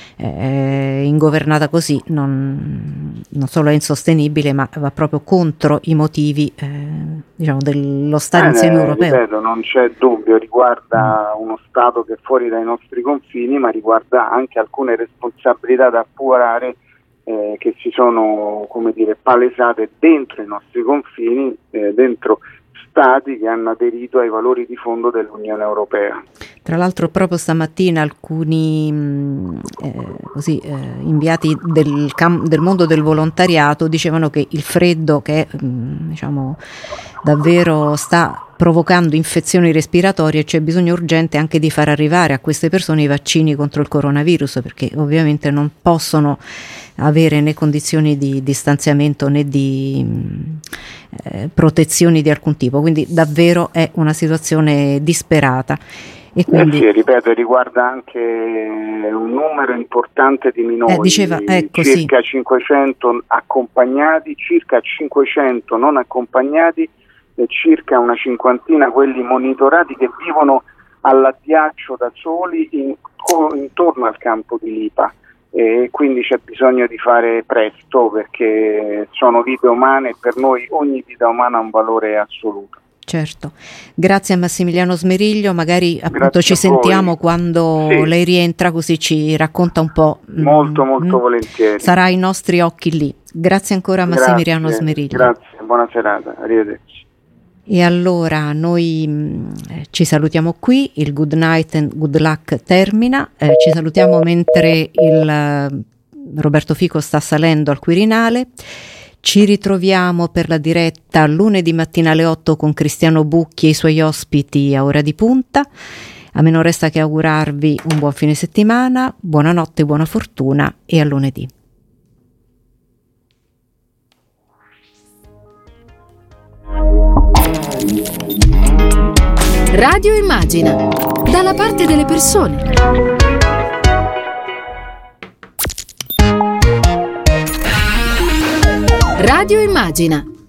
eh, ingovernata così non, non solo è insostenibile, ma va proprio contro i motivi eh, diciamo dello stare eh, insieme europeo. Ripeto, non c'è dubbio, riguarda uno Stato che è fuori dai nostri confini, ma riguarda anche alcune responsabilità da appurare Eh, che si sono, come dire, palesate dentro i nostri confini, eh, dentro stati che hanno aderito ai valori di fondo dell'Unione Europea. Tra l'altro proprio stamattina alcuni mh, eh, così, eh, inviati del, cam- del mondo del volontariato dicevano che il freddo che mh, diciamo davvero sta provocando infezioni respiratorie, c'è bisogno urgente anche di far arrivare a queste persone i vaccini contro il coronavirus, perché ovviamente non possono avere né condizioni di distanziamento né di eh, protezioni di alcun tipo, quindi davvero è una situazione disperata. E quindi, eh sì, ripeto, riguarda anche un numero importante di minori, eh, diceva, ecco, circa sì. cinquecento accompagnati, circa cinquecento non accompagnati e circa una cinquantina quelli monitorati che vivono all'addiaccio da soli in, intorno al campo di Lipa. E quindi c'è bisogno di fare presto, perché sono vite umane e per noi ogni vita umana ha un valore assoluto. Certo, grazie a Massimiliano Smeriglio, magari appunto Grazie ci sentiamo quando sì. lei rientra, così ci racconta un po'. Molto molto mm, volentieri. Sarà ai nostri occhi lì. Grazie ancora a Massimiliano Grazie, Smeriglio. Grazie, buona serata, arrivederci. E allora noi mh, ci salutiamo qui, il Good Night and Good Luck termina, eh, ci salutiamo mentre il uh, Roberto Fico sta salendo al Quirinale. Ci ritroviamo per la diretta lunedì mattina alle otto con Cristiano Bucchi e i suoi ospiti a Ora di Punta. A me non resta che augurarvi un buon fine settimana, buonanotte, buona fortuna e a lunedì. Radio Immagina, dalla parte delle persone. Radio Immagina.